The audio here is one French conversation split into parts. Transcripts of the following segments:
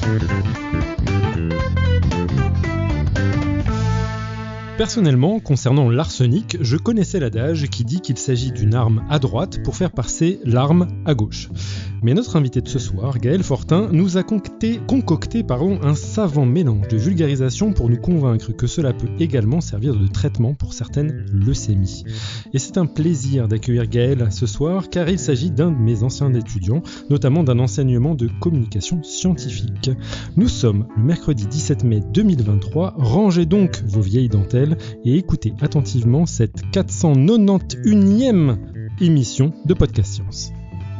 Personnellement, concernant l'arsenic, je connaissais l'adage qui dit qu'il s'agit d'une arme à droite pour faire passer l'arme à gauche. Mais notre invité de ce soir, Gaël Fortin, nous a concocté un savant mélange de vulgarisation pour nous convaincre que cela peut également servir de traitement pour certaines leucémies. Et c'est un plaisir d'accueillir Gaël ce soir, car il s'agit d'un de mes anciens étudiants, notamment d'un enseignement de communication scientifique. Nous sommes le mercredi 17 mai 2023, rangez donc vos vieilles dentelles et écoutez attentivement cette 491e émission de Podcast Science.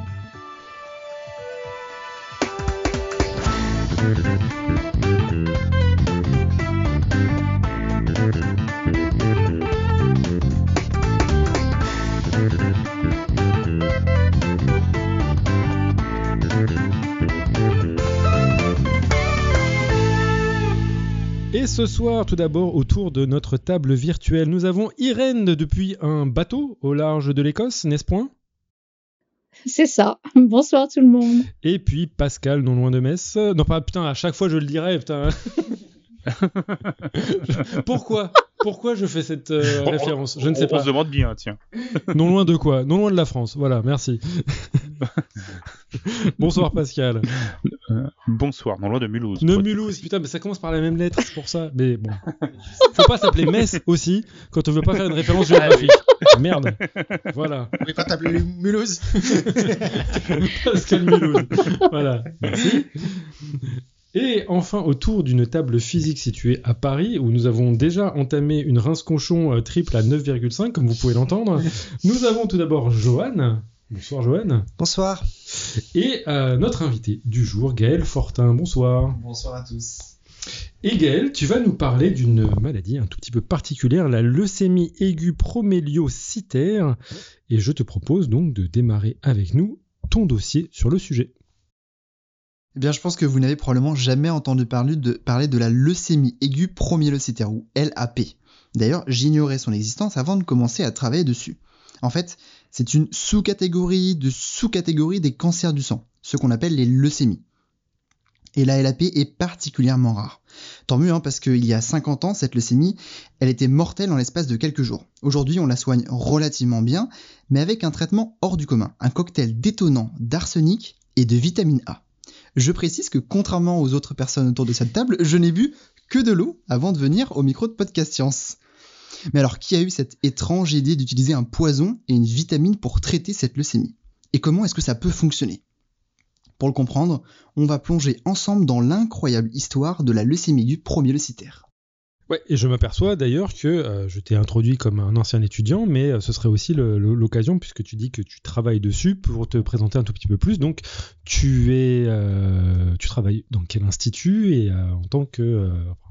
Et ce soir, tout d'abord, autour de notre table virtuelle, nous avons Irène depuis un bateau au large de l'Écosse, n'est-ce point ? C'est ça. Bonsoir tout le monde. Et puis Pascal, non loin de Metz. Non, pas, putain, à chaque fois je le dirais, putain. Pourquoi je fais cette référence ? Je ne sais pas. On se demande bien, tiens. Non loin de quoi ? Non loin de la France. Voilà, merci. Bonsoir Pascal. Bonsoir, non loin de Mulhouse. De Mulhouse, putain, mais ça commence par la même lettre, c'est pour ça. Mais bon, faut pas s'appeler Metz aussi quand on veut pas faire une référence géographique. Merde. Voilà. On ne pas t'appeler Mulhouse. Pascal Mulhouse. Voilà. Merci. Et enfin, autour d'une table physique située à Paris, où nous avons déjà entamé une rince-cochon triple à 9,5, comme vous pouvez l'entendre, nous avons tout d'abord Johan. Bonsoir Johan. Bonsoir. Et notre invité du jour, Gaël Fortin. Bonsoir. Bonsoir à tous. Et Gaël, tu vas nous parler d'une maladie un tout petit peu particulière, la leucémie aiguë proméliocytaire. Et je te propose donc de démarrer avec nous ton dossier sur le sujet. Eh bien, je pense que vous n'avez probablement jamais entendu parler de la leucémie aiguë promyélocytaire, ou LAP. D'ailleurs, j'ignorais son existence avant de commencer à travailler dessus. En fait, c'est une sous-catégorie des cancers du sang, ce qu'on appelle les leucémies. Et la LAP est particulièrement rare. Tant mieux, parce qu'il y a 50 ans, cette leucémie, elle était mortelle en l'espace de quelques jours. Aujourd'hui, on la soigne relativement bien, mais avec un traitement hors du commun, un cocktail détonnant d'arsenic et de vitamine A. Je précise que contrairement aux autres personnes autour de cette table, je n'ai bu que de l'eau avant de venir au micro de Podcast Science. Mais alors, qui a eu cette étrange idée d'utiliser un poison et une vitamine pour traiter cette leucémie ? Et comment est-ce que ça peut fonctionner ? Pour le comprendre, on va plonger ensemble dans l'incroyable histoire de la leucémie aiguë promyélocytaire. Ouais, et je m'aperçois d'ailleurs que je t'ai introduit comme un ancien étudiant, mais ce serait aussi l'occasion, puisque tu dis que tu travailles dessus, pour te présenter un tout petit peu plus. Donc, tu travailles dans quel institut et en tant que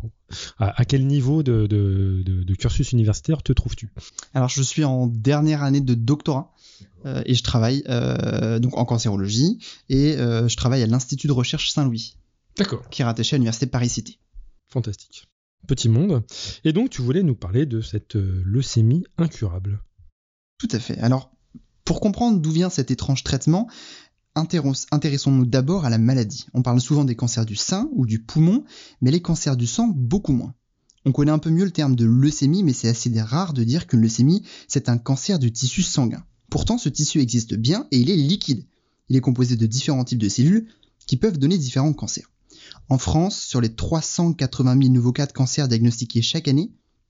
à quel niveau de cursus universitaire te trouves-tu ? Alors, je suis en dernière année de doctorat et je travaille donc en cancérologie et je travaille à l'Institut de recherche Saint-Louis. D'accord. Qui est rattaché à l'Université Paris-Cité. Fantastique. Petit monde. Et donc, tu voulais nous parler de cette leucémie incurable. Tout à fait. Alors, pour comprendre d'où vient cet étrange traitement, intéressons-nous d'abord à la maladie. On parle souvent des cancers du sein ou du poumon, mais les cancers du sang, beaucoup moins. On connaît un peu mieux le terme de leucémie, mais c'est assez rare de dire qu'une leucémie, c'est un cancer du tissu sanguin. Pourtant, ce tissu existe bien et il est liquide. Il est composé de différents types de cellules qui peuvent donner différents cancers. En France, sur les 380 000 nouveaux cas de cancer diagnostiqués chaque année,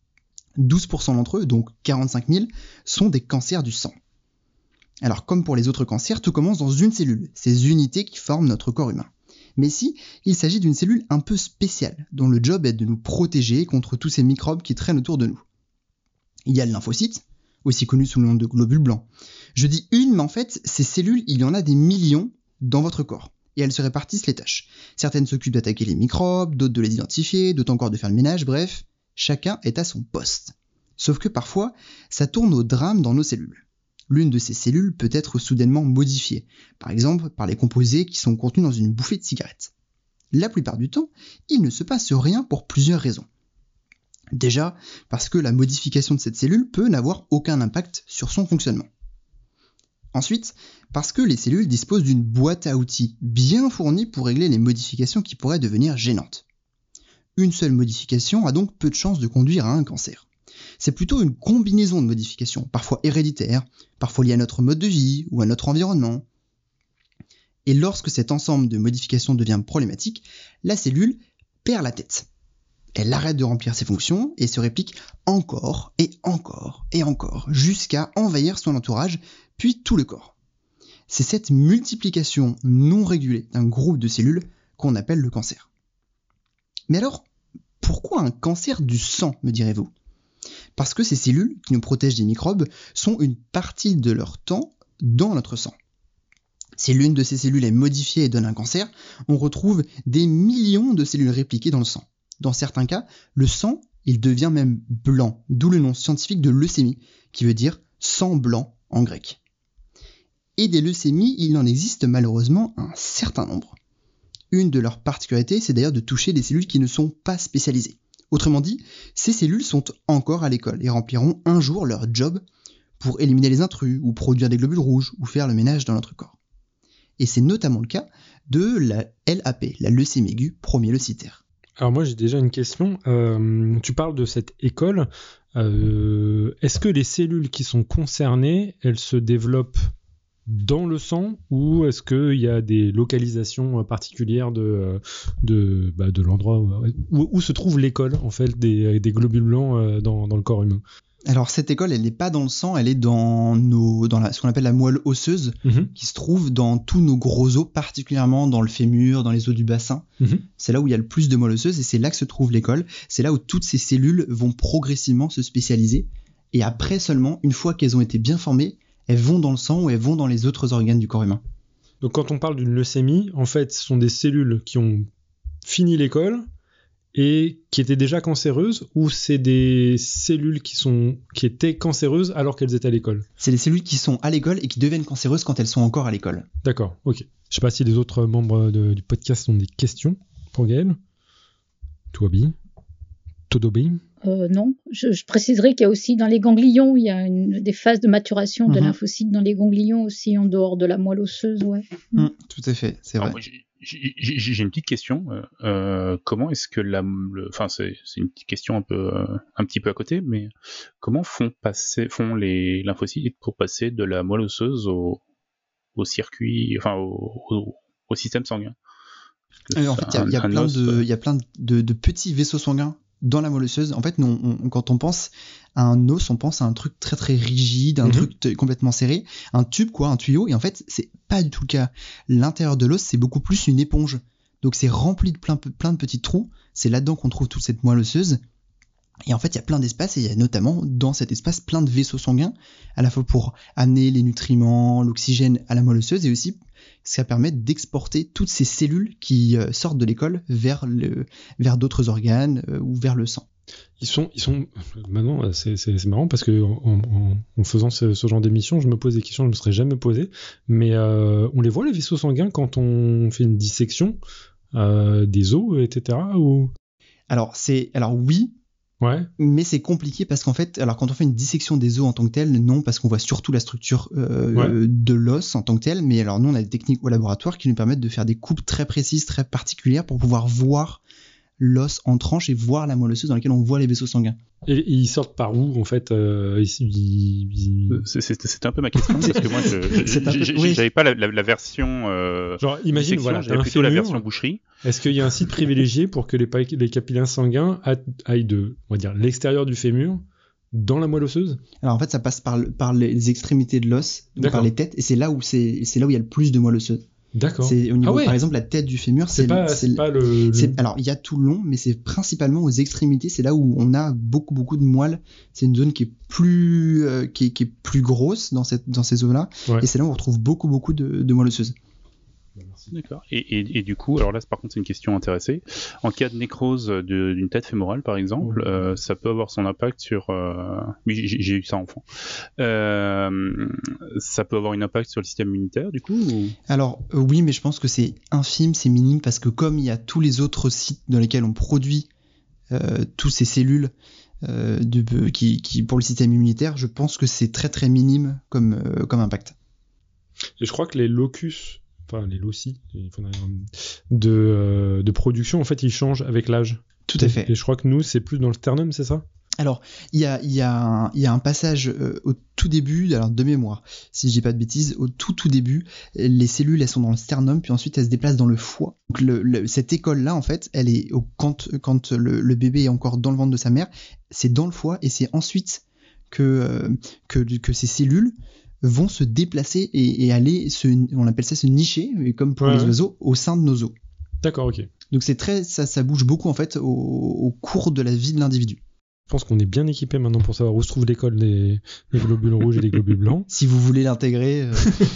12% d'entre eux, donc 45 000, sont des cancers du sang. Alors, comme pour les autres cancers, tout commence dans une cellule, ces unités qui forment notre corps humain. Mais ici, il s'agit d'une cellule un peu spéciale, dont le job est de nous protéger contre tous ces microbes qui traînent autour de nous. Il y a le lymphocyte, aussi connu sous le nom de globule blanc. Je dis une, mais en fait, ces cellules, il y en a des millions dans votre corps. Et elles se répartissent les tâches. Certaines s'occupent d'attaquer les microbes, d'autres de les identifier, d'autres encore de faire le ménage, bref, chacun est à son poste. Sauf que parfois, ça tourne au drame dans nos cellules. L'une de ces cellules peut être soudainement modifiée, par exemple par les composés qui sont contenus dans une bouffée de cigarette. La plupart du temps, il ne se passe rien pour plusieurs raisons. Déjà, parce que la modification de cette cellule peut n'avoir aucun impact sur son fonctionnement. Ensuite, parce que les cellules disposent d'une boîte à outils bien fournie pour régler les modifications qui pourraient devenir gênantes. Une seule modification a donc peu de chances de conduire à un cancer. C'est plutôt une combinaison de modifications, parfois héréditaires, parfois liées à notre mode de vie ou à notre environnement. Et lorsque cet ensemble de modifications devient problématique, la cellule perd la tête. Elle arrête de remplir ses fonctions et se réplique encore et encore et encore, jusqu'à envahir son entourage, puis tout le corps. C'est cette multiplication non régulée d'un groupe de cellules qu'on appelle le cancer. Mais alors, pourquoi un cancer du sang, me direz-vous ? Parce que ces cellules, qui nous protègent des microbes, sont une partie de leur temps dans notre sang. Si l'une de ces cellules est modifiée et donne un cancer, on retrouve des millions de cellules répliquées dans le sang. Dans certains cas, le sang, il devient même blanc, d'où le nom scientifique de leucémie, qui veut dire sang blanc en grec. Et des leucémies, il en existe malheureusement un certain nombre. Une de leurs particularités, c'est d'ailleurs de toucher des cellules qui ne sont pas spécialisées. Autrement dit, ces cellules sont encore à l'école et rempliront un jour leur job pour éliminer les intrus, ou produire des globules rouges, ou faire le ménage dans notre corps. Et c'est notamment le cas de la LAP, la leucémie aiguë promyélocitaire. Alors moi j'ai déjà une question. Tu parles de cette école. Est-ce que les cellules qui sont concernées, elles se développent dans le sang ou est-ce qu'il y a des localisations particulières de l'endroit où se trouve l'école en fait des globules blancs dans le corps humain? Alors cette école, elle n'est pas dans le sang, elle est dans ce qu'on appelle la moelle osseuse, qui se trouve dans tous nos gros os, particulièrement dans le fémur, dans les os du bassin. C'est là où il y a le plus de moelle osseuse et c'est là que se trouve l'école. C'est là où toutes ces cellules vont progressivement se spécialiser. Et après seulement, une fois qu'elles ont été bien formées, elles vont dans le sang ou elles vont dans les autres organes du corps humain. Donc quand on parle d'une leucémie, en fait, ce sont des cellules qui ont fini l'école et qui étaient déjà cancéreuses, ou c'est des cellules qui étaient cancéreuses alors qu'elles étaient à l'école? C'est des cellules qui sont à l'école et qui deviennent cancéreuses quand elles sont encore à l'école. D'accord, ok. Je sais pas si les autres membres du podcast ont des questions pour Gaël. Touabi? Todobi? Non, je préciserai qu'il y a aussi dans les ganglions, il y a des phases de maturation de lymphocytes dans les ganglions aussi, en dehors de la moelle osseuse, ouais. Tout à fait, c'est vrai. Alors, j'ai une petite question. Comment est-ce que c'est une petite question un petit peu à côté, mais comment font les lymphocytes pour passer de la moelle osseuse au circuit, enfin au système sanguin? En fait, il y a plein de petits vaisseaux sanguins dans la moelle osseuse. En fait, quand on pense à un os, on pense à un truc très très rigide, un truc complètement serré, un tube un tuyau, et en fait, c'est pas du tout le cas. L'intérieur de l'os, c'est beaucoup plus une éponge. Donc c'est rempli de plein de petits trous, c'est là-dedans qu'on trouve toute cette moelle osseuse. Et en fait, il y a plein d'espaces, et il y a notamment dans cet espace plein de vaisseaux sanguins, à la fois pour amener les nutriments, l'oxygène à la moelle osseuse, et aussi ça permet d'exporter toutes ces cellules qui sortent de l'école vers d'autres organes ou vers le sang. Ils sont maintenant c'est marrant parce que en faisant ce genre d'émission, je me pose des questions que je me serais jamais posées, mais on les voit les vaisseaux sanguins quand on fait une dissection des os, etc. ou... Alors oui. Ouais. Mais c'est compliqué parce qu'en fait, quand on fait une dissection des os en tant que tel, non, parce qu'on voit surtout la structure de l'os en tant que tel, mais alors nous on a des techniques au laboratoire qui nous permettent de faire des coupes très précises, très particulières pour pouvoir voir l'os en tranches et voir la moelle osseuse dans laquelle on voit les vaisseaux sanguins. Et ils sortent par où en fait C'était un peu ma question parce que moi j'avais pas la version genre imagine voilà, j'avais plutôt la version boucherie. Est-ce qu'il y a un site privilégié pour que les capillaires sanguins aillent de, on va dire, l'extérieur du fémur dans la moelle osseuse? Alors en fait ça passe par les extrémités de l'os, donc par les têtes, et c'est là où il y a le plus de moelle osseuse. D'accord. C'est au niveau, par exemple, la tête du fémur, alors il y a tout le long, mais c'est principalement aux extrémités, c'est là où on a beaucoup de moelle. C'est une zone qui est plus grosse dans ces zones-là, et c'est là où on retrouve beaucoup de moelle osseuse. D'accord. Et du coup, alors là, par contre, c'est une question intéressée. En cas de nécrose d'une tête fémorale, par exemple, ça peut avoir son impact sur. Oui, j'ai eu ça enfant. Ça peut avoir un impact sur le système immunitaire, du coup ou... Alors oui, mais je pense que c'est infime, c'est minime, parce que comme il y a tous les autres sites dans lesquels on produit tous ces cellules qui pour le système immunitaire, je pense que c'est très très minime comme impact. Et je crois que les locus, enfin les loci, de production, en fait, ils changent avec l'âge. Tout à fait. Et je crois que nous, c'est plus dans le sternum, c'est ça ? Alors, il y a un passage au tout début, alors de mémoire, si je dis pas de bêtises, au tout début, les cellules, elles sont dans le sternum, puis ensuite elles se déplacent dans le foie. Donc cette école-là, en fait, elle est quand le bébé est encore dans le ventre de sa mère, c'est dans le foie, et c'est ensuite que ces cellules vont se déplacer et aller on appelle ça se nicher, comme pour les oiseaux, au sein de nos os. D'accord, ok. Donc ça bouge beaucoup en fait au cours de la vie de l'individu. Je pense qu'on est bien équipé maintenant pour savoir où se trouve l'école des globules rouges et des globules blancs. Si vous voulez l'intégrer.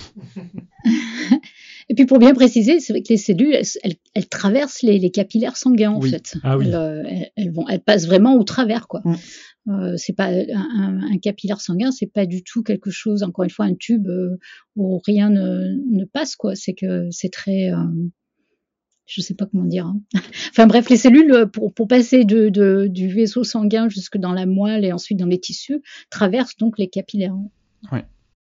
Et puis pour bien préciser, c'est vrai que les cellules, elles traversent les capillaires sanguins en fait. Ah oui. Elles passent vraiment au travers, quoi. C'est pas un capillaire sanguin, c'est pas du tout quelque chose, encore une fois, un tube où rien ne passe, quoi. C'est que c'est très je sais pas comment dire. Hein. Enfin bref, les cellules, pour passer du vaisseau sanguin jusque dans la moelle et ensuite dans les tissus, traversent donc les capillaires. Ouais.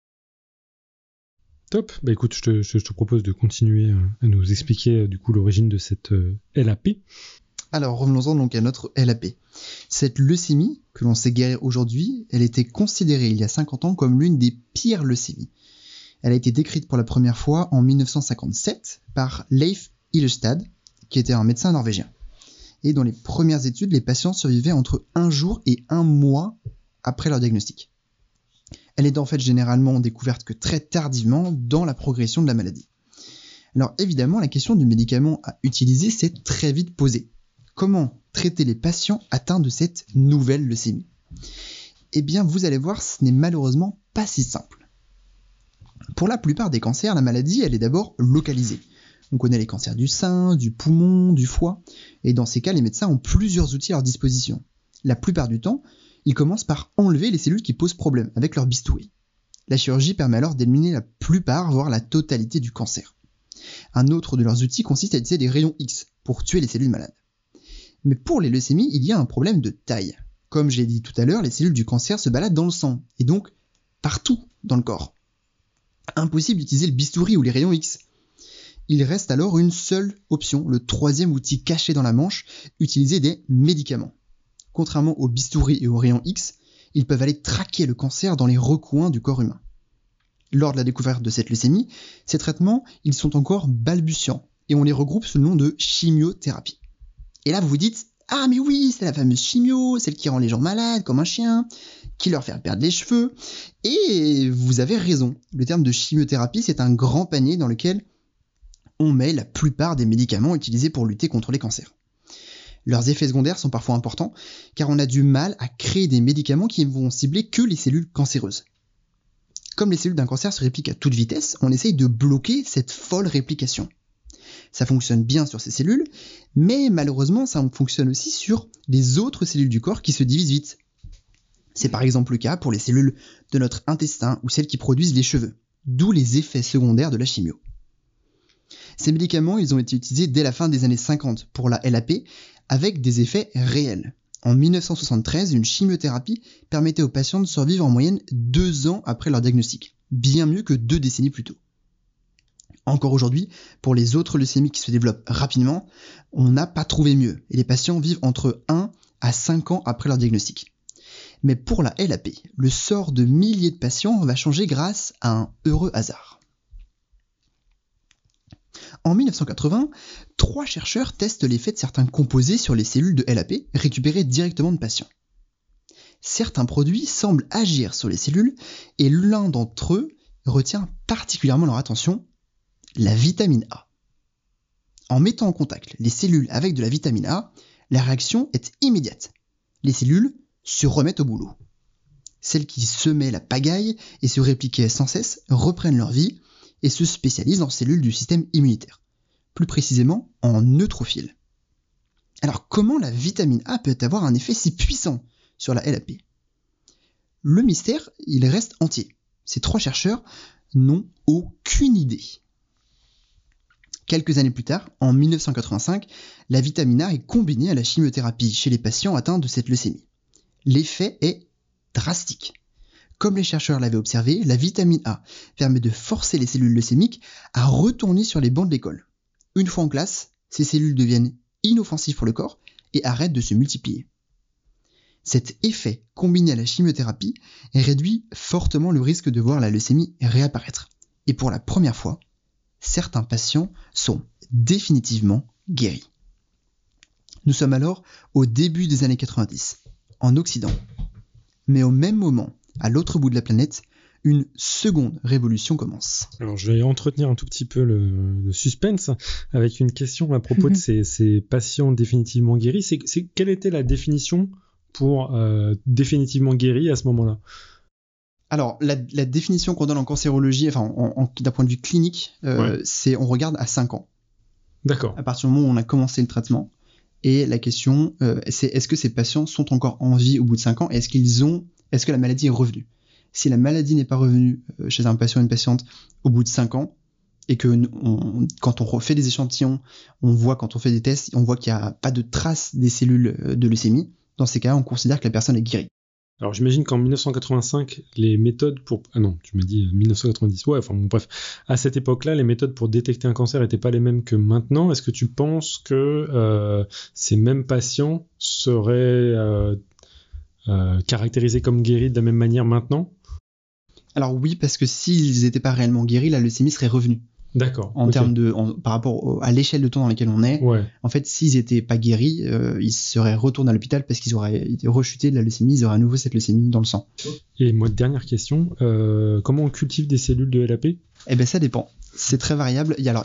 Top. Bah écoute, je te propose de continuer à nous expliquer du coup l'origine de cette LAP. Alors revenons-en donc à notre LAP. Cette leucémie, que l'on sait guérir aujourd'hui, elle était considérée il y a 50 ans comme l'une des pires leucémies. Elle a été décrite pour la première fois en 1957 par Leif Illestad, qui était un médecin norvégien. Et dans les premières études, les patients survivaient entre 1 jour et 1 mois après leur diagnostic. Elle est en fait généralement découverte que très tardivement dans la progression de la maladie. Alors évidemment, la question du médicament à utiliser s'est très vite posée. Comment traiter les patients atteints de cette nouvelle leucémie ? Eh bien, vous allez voir, ce n'est malheureusement pas si simple. Pour la plupart des cancers, la maladie, elle est d'abord localisée. On connaît les cancers du sein, du poumon, du foie, et dans ces cas, les médecins ont plusieurs outils à leur disposition. La plupart du temps, ils commencent par enlever les cellules qui posent problème avec leur bistouri. La chirurgie permet alors d'éliminer la plupart, voire la totalité du cancer. Un autre de leurs outils consiste à utiliser des rayons X pour tuer les cellules malades. Mais pour les leucémies, il y a un problème de taille. Comme je l'ai dit tout à l'heure, les cellules du cancer se baladent dans le sang, et donc partout dans le corps. Impossible d'utiliser le bistouri ou les rayons X. Il reste alors une seule option, le troisième outil caché dans la manche, utiliser des médicaments. Contrairement au bistouri et aux rayons X, ils peuvent aller traquer le cancer dans les recoins du corps humain. Lors de la découverte de cette leucémie, ces traitements, ils sont encore balbutiants, et on les regroupe sous le nom de chimiothérapie. Et là vous vous dites, ah mais oui, c'est la fameuse chimio, celle qui rend les gens malades comme un chien, qui leur fait perdre les cheveux, et vous avez raison, le terme de chimiothérapie c'est un grand panier dans lequel on met la plupart des médicaments utilisés pour lutter contre les cancers. Leurs effets secondaires sont parfois importants, car on a du mal à créer des médicaments qui vont cibler que les cellules cancéreuses. Comme les cellules d'un cancer se répliquent à toute vitesse, on essaye de bloquer cette folle réplication. Ça fonctionne bien sur ces cellules, mais malheureusement ça fonctionne aussi sur les autres cellules du corps qui se divisent vite. C'est par exemple le cas pour les cellules de notre intestin ou celles qui produisent les cheveux, d'où les effets secondaires de la chimio. Ces médicaments, ils ont été utilisés dès la fin des années 50 pour la LAP, avec des effets réels. En 1973, une chimiothérapie permettait aux patients de survivre en moyenne 2 ans après leur diagnostic, bien mieux que 2 décennies plus tôt. Encore aujourd'hui, pour les autres leucémies qui se développent rapidement, on n'a pas trouvé mieux, et les patients vivent entre 1 à 5 ans après leur diagnostic. Mais pour la LAP, le sort de milliers de patients va changer grâce à un heureux hasard. En 1980, 3 chercheurs testent l'effet de certains composés sur les cellules de LAP récupérées directement de patients. Certains produits semblent agir sur les cellules et l'un d'entre eux retient particulièrement leur attention, la vitamine A. En mettant en contact les cellules avec de la vitamine A, la réaction est immédiate. Les cellules se remettent au boulot. Celles qui semaient la pagaille et se répliquaient sans cesse reprennent leur vie et se spécialisent en cellules du système immunitaire, plus précisément en neutrophiles. Alors comment la vitamine A peut avoir un effet si puissant sur la LAP ? Le mystère, il reste entier. Ces 3 chercheurs n'ont aucune idée. Quelques années plus tard, en 1985, la vitamine A est combinée à la chimiothérapie chez les patients atteints de cette leucémie. L'effet est drastique. Comme les chercheurs l'avaient observé, la vitamine A permet de forcer les cellules leucémiques à retourner sur les bancs de l'école. Une fois en classe, ces cellules deviennent inoffensives pour le corps et arrêtent de se multiplier. Cet effet, combiné à la chimiothérapie, réduit fortement le risque de voir la leucémie réapparaître. Et pour la première fois, certains patients sont définitivement guéris. Nous sommes alors au début des années 90, en Occident. Mais au même moment, à l'autre bout de la planète, une seconde révolution commence. Alors je vais entretenir un tout petit peu le suspense avec une question à propos de ces patients définitivement guéris. Quelle était la définition pour définitivement guéri à ce moment-là? Alors, la définition qu'on donne en cancérologie, enfin d'un point de vue clinique, c'est on regarde à 5 ans. D'accord. À partir du moment où on a commencé le traitement. Et la question, c'est est-ce que ces patients sont encore en vie au bout de 5 ans? Est-ce que la maladie est revenue? Si la maladie n'est pas revenue chez un patient ou une patiente au bout de 5 ans, et que quand on refait des échantillons, quand on fait des tests, on voit qu'il n'y a pas de traces des cellules de leucémie, dans ces cas-là, on considère que la personne est guérie. Alors j'imagine qu'en 1985, les méthodes pour... Ah non, tu m'as dit 1990. Ouais, enfin bon, bref. À cette époque-là, les méthodes pour détecter un cancer n'étaient pas les mêmes que maintenant. Est-ce que tu penses que ces mêmes patients seraient caractérisés comme guéris de la même manière maintenant? Alors oui, parce que s'ils n'étaient pas réellement guéris, la leucémie serait revenue. D'accord. En termes par rapport à l'échelle de temps dans laquelle on est, en fait, s'ils n'étaient pas guéris, ils seraient retournés à l'hôpital parce qu'ils auraient été rechutés de la leucémie, ils auraient à nouveau cette leucémie dans le sang. Et moi, dernière question, comment on cultive des cellules de LAP? Eh ben, ça dépend. C'est très variable. Il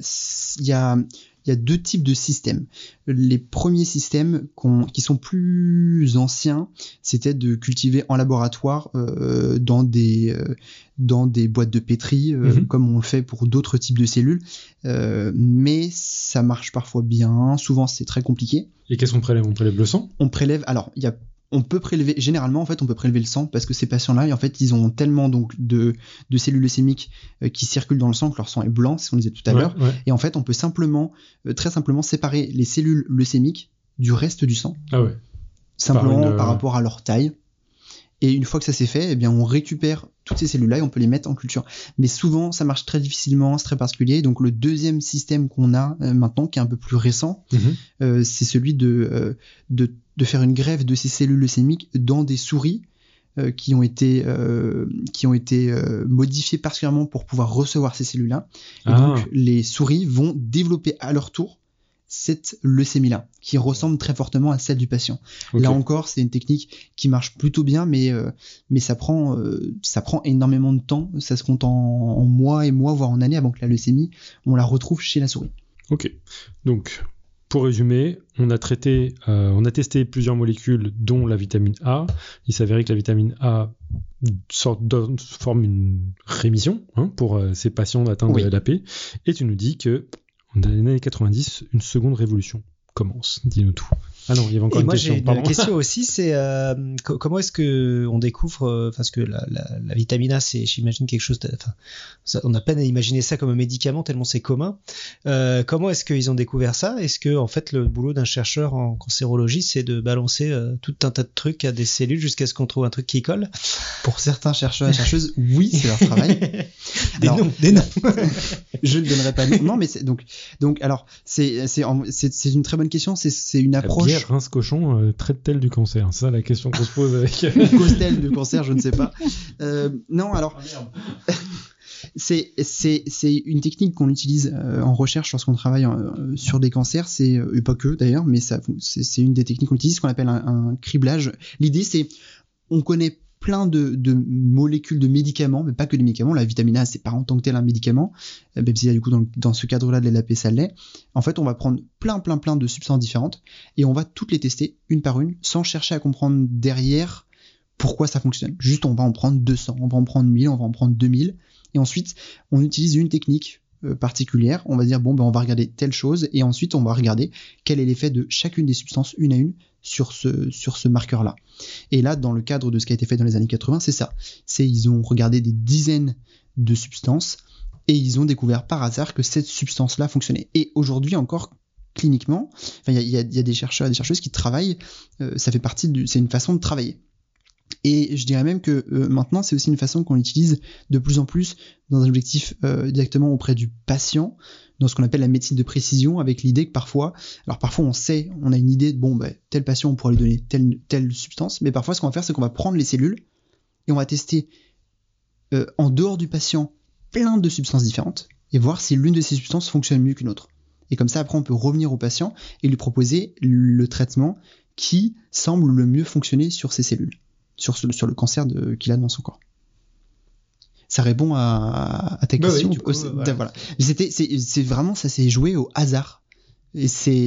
y a deux types de systèmes. Les premiers systèmes qui sont plus anciens, c'était de cultiver en laboratoire dans des boîtes de pétri, comme on le fait pour d'autres types de cellules. Mais ça marche parfois bien. Souvent, c'est très compliqué. Et qu'est-ce qu'on prélève? On prélève le sang? On prélève. Alors, on peut prélever, généralement, en fait, on peut prélever le sang parce que ces patients-là, en fait, ils ont tellement donc de cellules leucémiques qui circulent dans le sang que leur sang est blanc, c'est ce qu'on disait tout à l'heure. Et en fait, on peut très simplement séparer les cellules leucémiques du reste du sang. Ah ouais. Simplement par rapport à leur taille. Et une fois que ça s'est fait, eh bien, on récupère toutes ces cellules-là et on peut les mettre en culture. Mais souvent, ça marche très difficilement, c'est très particulier. Donc, le deuxième système qu'on a maintenant, qui est un peu plus récent, c'est celui de faire une greffe de ces cellules leucémiques dans des souris qui ont été modifiées particulièrement pour pouvoir recevoir ces cellules-là. Et donc, les souris vont développer à leur tour cette leucémie-là, qui ressemble très fortement à celle du patient. Okay. Là encore, c'est une technique qui marche plutôt bien, mais ça prend énormément de temps. Ça se compte en mois et mois, voire en années, avant que la leucémie, on la retrouve chez la souris. Ok. Donc, pour résumer, on a testé plusieurs molécules, dont la vitamine A. Il s'avérait que la vitamine A forme une rémission pour ces patients atteints de LAP. Et tu nous dis que dans les années 90, une seconde révolution commence. Dis-nous tout. Ah non, il y avait encore une question. Moi, j'ai une question aussi, c'est comment est-ce que on découvre, parce que la vitamine A, c'est, j'imagine, quelque chose on a peine à imaginer ça comme un médicament tellement c'est commun. Comment est-ce qu'ils ont découvert ça? Est-ce que, en fait, le boulot d'un chercheur en cancérologie, c'est de balancer tout un tas de trucs à des cellules jusqu'à ce qu'on trouve un truc qui colle? Pour certains chercheurs et chercheuses, oui, c'est leur travail. Des noms. Je ne donnerai pas de nom. Non, mais alors, c'est une très bonne question. C'est une approche. Rince Cochon traite-t-elle du cancer? C'est ça la question qu'on se pose avec. Cause-t-elle du cancer? Je ne sais pas. Non, alors. C'est une technique qu'on utilise en recherche lorsqu'on travaille sur des cancers. Et pas que d'ailleurs, mais c'est une des techniques qu'on utilise, ce qu'on appelle un criblage. L'idée, c'est on connaît plein de molécules de médicaments, mais pas que des médicaments. La vitamine A, c'est pas en tant que tel un médicament, même si du coup dans ce cadre-là de l'LAP, ça l'est. En fait, on va prendre plein de substances différentes et on va toutes les tester une par une, sans chercher à comprendre derrière pourquoi ça fonctionne. Juste, on va en prendre 200, on va en prendre 1000, on va en prendre 2000, et ensuite, on utilise une technique particulière. On va dire on va regarder telle chose, et ensuite on va regarder quel est l'effet de chacune des substances une à une sur ce marqueur-là. Et là, dans le cadre de ce qui a été fait dans les années 80, c'est ça. Ils ont regardé des dizaines de substances et ils ont découvert par hasard que cette substance-là fonctionnait. Et aujourd'hui encore, cliniquement, il y a des chercheurs et des chercheuses qui travaillent, ça fait partie c'est une façon de travailler. Et je dirais même que maintenant, c'est aussi une façon qu'on utilise de plus en plus dans un objectif directement auprès du patient, dans ce qu'on appelle la médecine de précision, avec l'idée que parfois on sait, on a une idée de tel patient, on pourra lui donner telle substance, mais parfois ce qu'on va faire, c'est qu'on va prendre les cellules et on va tester en dehors du patient plein de substances différentes et voir si l'une de ces substances fonctionne mieux qu'une autre. Et comme ça, après, on peut revenir au patient et lui proposer le traitement qui semble le mieux fonctionner sur ces cellules, sur le cancer qu'il a dans son corps. Ça répond à ta question. Oui, du coup, voilà. C'est vraiment, ça s'est joué au hasard. Et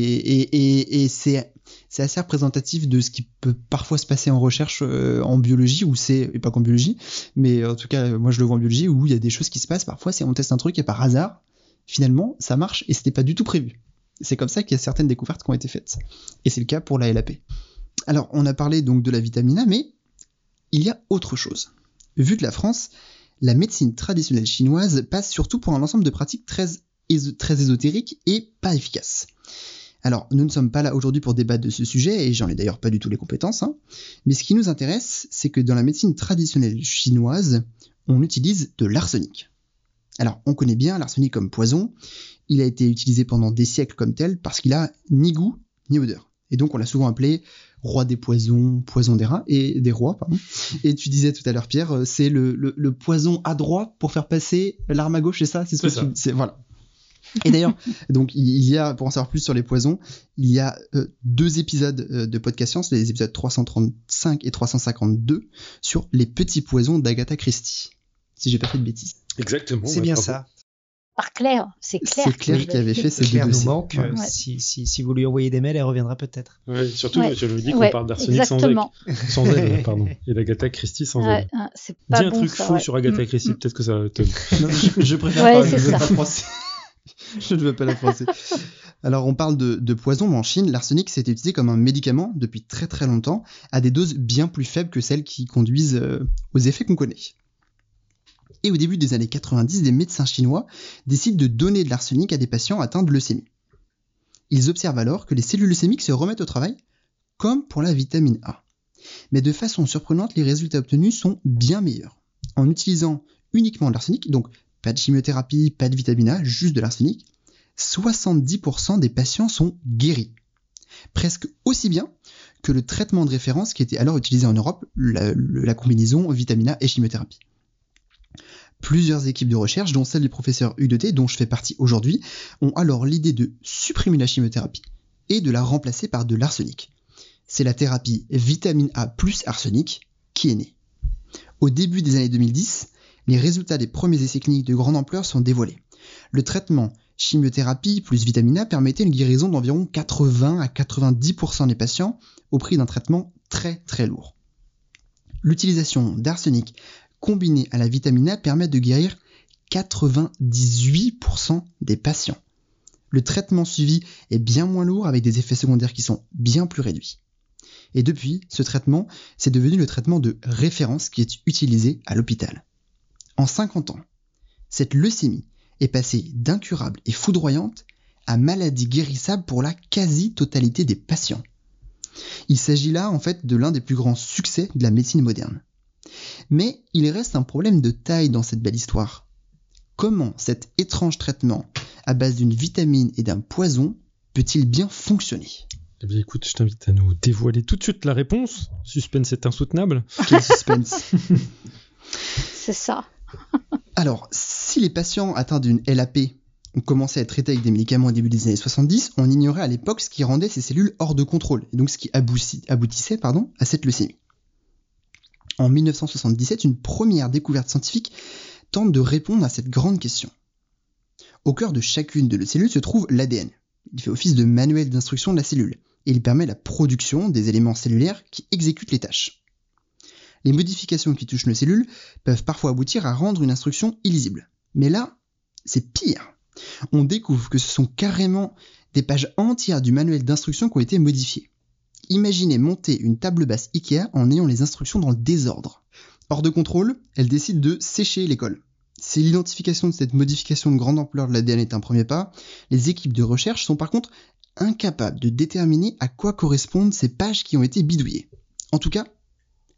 c'est assez représentatif de ce qui peut parfois se passer en recherche en biologie, et pas qu'en biologie, mais en tout cas, moi je le vois en biologie, où il y a des choses qui se passent. Parfois, on teste un truc et par hasard, finalement, ça marche et c'était pas du tout prévu. C'est comme ça qu'il y a certaines découvertes qui ont été faites. Et c'est le cas pour la LAP. Alors, on a parlé donc de la vitamine A, mais il y a autre chose. Vu que la France, la médecine traditionnelle chinoise passe surtout pour un ensemble de pratiques très ésotériques et pas efficaces. Alors, nous ne sommes pas là aujourd'hui pour débattre de ce sujet, et j'en ai d'ailleurs pas du tout les compétences, mais ce qui nous intéresse, c'est que dans la médecine traditionnelle chinoise, on utilise de l'arsenic. Alors, on connaît bien l'arsenic comme poison, il a été utilisé pendant des siècles comme tel, parce qu'il a ni goût, ni odeur. Et donc, on l'a souvent appelé roi des poisons, poison des rats, et des rois, pardon. Et tu disais tout à l'heure, Pierre, c'est le poison à droite pour faire passer l'arme à gauche, c'est ça? Voilà. Et d'ailleurs, donc il y a, pour en savoir plus sur les poisons, il y a 2 épisodes de Podcast Science, les épisodes 335 et 352, sur les petits poisons d'Agatha Christie, si j'ai pas fait de bêtises. Exactement. C'est bien ça. Par Claire, c'est Claire. C'est Claire qui avait fait ces 2 Claire nous dossiers. manque. Ouais. Si vous lui envoyez des mails, elle reviendra peut-être. Ouais, surtout, je vous dis qu'on parle d'arsenic sans elle, pardon. Et d'Agatha Christie sans elle. C'est pas dis un bon, truc ça, faux sur Agatha Christie, peut-être que ça te... Non, je préfère pas, je ne veux pas froisser. Je ne veux pas la froisser. Alors, on parle de poison, mais en Chine, l'arsenic s'était utilisé comme un médicament depuis très très longtemps, à des doses bien plus faibles que celles qui conduisent aux effets qu'on connaît. Et au début des années 90, des médecins chinois décident de donner de l'arsenic à des patients atteints de leucémie. Ils observent alors que les cellules leucémiques se remettent au travail, comme pour la vitamine A. Mais de façon surprenante, les résultats obtenus sont bien meilleurs. En utilisant uniquement de l'arsenic, donc pas de chimiothérapie, pas de vitamine A, juste de l'arsenic, 70% des patients sont guéris. Presque aussi bien que le traitement de référence qui était alors utilisé en Europe, la combinaison vitamine A et chimiothérapie. Plusieurs équipes de recherche, dont celle du professeur Hugues, dont je fais partie aujourd'hui, ont alors l'idée de supprimer la chimiothérapie et de la remplacer par de l'arsenic. C'est la thérapie vitamine A plus arsenic qui est née. Au début des années 2010, les résultats des premiers essais cliniques de grande ampleur sont dévoilés. Le traitement chimiothérapie plus vitamine A permettait une guérison d'environ 80 à 90% des patients au prix d'un traitement très très lourd. L'utilisation d'arsenic combinée à la vitamine A permet de guérir 98% des patients. Le traitement suivi est bien moins lourd avec des effets secondaires qui sont bien plus réduits. Et depuis, ce traitement, c'est devenu le traitement de référence qui est utilisé à l'hôpital. En 50 ans, cette leucémie est passée d'incurable et foudroyante à maladie guérissable pour la quasi-totalité des patients. Il s'agit là en fait de l'un des plus grands succès de la médecine moderne. Mais il reste un problème de taille dans cette belle histoire. Comment cet étrange traitement à base d'une vitamine et d'un poison peut-il bien fonctionner ? Eh bien écoute, je t'invite à nous dévoiler tout de suite la réponse. Suspense est insoutenable. Quel suspense. C'est ça. Alors, si les patients atteints d'une LAP ont commencé à être traités avec des médicaments au début des années 70, on ignorait à l'époque ce qui rendait ces cellules hors de contrôle, et donc ce qui aboutissait à cette leucémie. En 1977, une première découverte scientifique tente de répondre à cette grande question. Au cœur de chacune de nos cellules se trouve l'ADN. Il fait office de manuel d'instruction de la cellule, et il permet la production des éléments cellulaires qui exécutent les tâches. Les modifications qui touchent nos cellules peuvent parfois aboutir à rendre une instruction illisible. Mais là, c'est pire. On découvre que ce sont carrément des pages entières du manuel d'instruction qui ont été modifiées. Imaginez monter une table basse Ikea en ayant les instructions dans le désordre. Hors de contrôle, elle décide de sécher l'école. Si l'identification de cette modification de grande ampleur de l'ADN est un premier pas, les équipes de recherche sont par contre incapables de déterminer à quoi correspondent ces pages qui ont été bidouillées. En tout cas,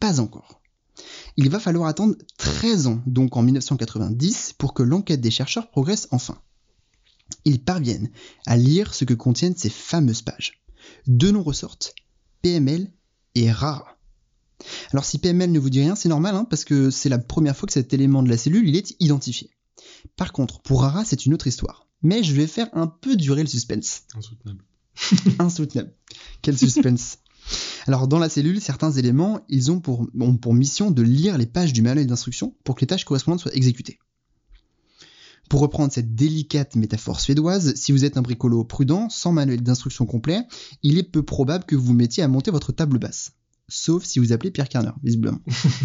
pas encore. Il va falloir attendre 13 ans, donc en 1990, pour que l'enquête des chercheurs progresse enfin. Ils parviennent à lire ce que contiennent ces fameuses pages. Deux noms ressortent, PML et RARA. Alors si PML ne vous dit rien, c'est normal, parce que c'est la première fois que cet élément de la cellule il est identifié. Par contre, pour RARA, c'est une autre histoire. Mais je vais faire un peu durer le suspense. Insoutenable. Insoutenable. Quel suspense. Alors dans la cellule, certains éléments, ils ont pour mission de lire les pages du manuel d'instruction pour que les tâches correspondantes soient exécutées. Pour reprendre cette délicate métaphore suédoise, si vous êtes un bricolo prudent, sans manuel d'instruction complet, il est peu probable que vous vous mettiez à monter votre table basse. Sauf si vous appelez Pierre Kerner, visiblement.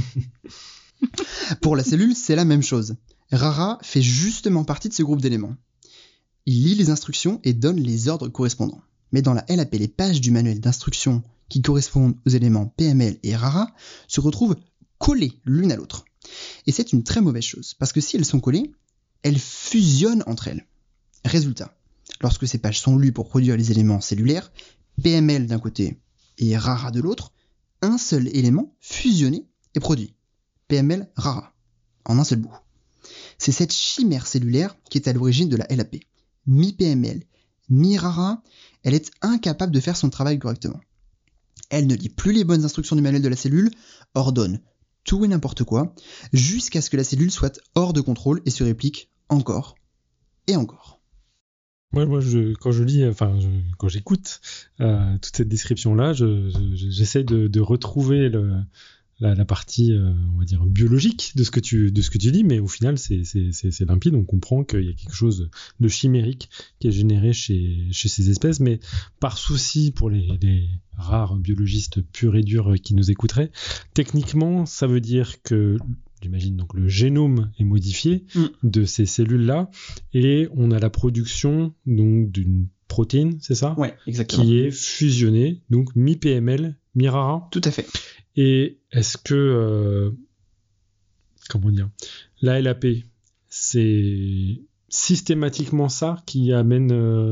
Pour la cellule, c'est la même chose. RARA fait justement partie de ce groupe d'éléments. Il lit les instructions et donne les ordres correspondants. Mais dans la LAP, les pages du manuel d'instruction qui correspondent aux éléments PML et RARA se retrouvent collées l'une à l'autre. Et c'est une très mauvaise chose, parce que si elles sont collées, elles fusionnent entre elles. Résultat, lorsque ces pages sont lues pour produire les éléments cellulaires, PML d'un côté et RARA de l'autre, un seul élément fusionné est produit. PML RARA, en un seul bout. C'est cette chimère cellulaire qui est à l'origine de la LAP. Mi-PML, mi-RARA, elle est incapable de faire son travail correctement. Elle ne lit plus les bonnes instructions du manuel de la cellule, ordonne tout et n'importe quoi, jusqu'à ce que la cellule soit hors de contrôle et se réplique encore et encore. Moi, quand je lis, quand j'écoute toute cette description-là, j'essaie de retrouver la partie, on va dire, biologique de ce que tu dis, mais au final, c'est limpide. On comprend qu'il y a quelque chose de chimérique qui est généré chez ces espèces, mais par souci pour les rares biologistes purs et durs qui nous écouteraient, techniquement, ça veut dire que, j'imagine, donc le génome est modifié de ces cellules-là, et on a la production donc d'une protéine, c'est ça ? Ouais, exactement. Qui est fusionnée, donc mi-PML, mi-RARA. Tout à fait. Et est-ce que, comment dire, la LAP, c'est systématiquement ça qui amène,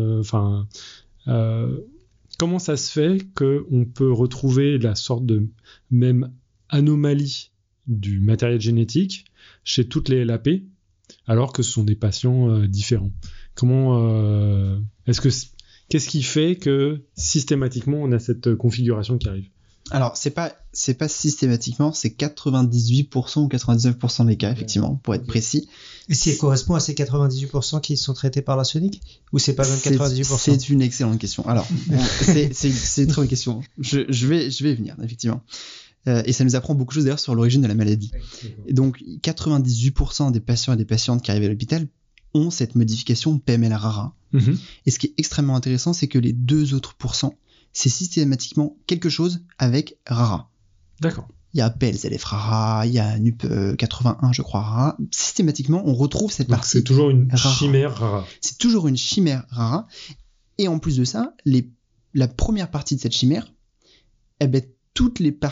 comment ça se fait qu'on peut retrouver la sorte de même anomalie du matériel génétique chez toutes les LAP, alors que ce sont des patients différents? Comment, qu'est-ce qui fait que systématiquement on a cette configuration qui arrive? Alors, c'est pas systématiquement, c'est 98% ou 99% des cas, effectivement, pour être précis. Et si elle correspond à ces 98% qui sont traités par l'arsenic? Ou c'est pas même 98%? C'est une excellente question. Alors, c'est une très bonne question. Je vais y venir, effectivement. Et ça nous apprend beaucoup de choses d'ailleurs sur l'origine de la maladie. Et donc, 98% des patients et des patientes qui arrivent à l'hôpital ont cette modification PML-RARA. Et ce qui est extrêmement intéressant, c'est que les 2 autres pourcents, c'est systématiquement quelque chose avec RARA. D'accord. Il y a PLZF-RARA, il y a NUP81, je crois, RARA. Systématiquement, on retrouve cette partie. C'est toujours une chimère RARA. C'est toujours une chimère RARA. Et en plus de ça, la première partie de cette chimère, tous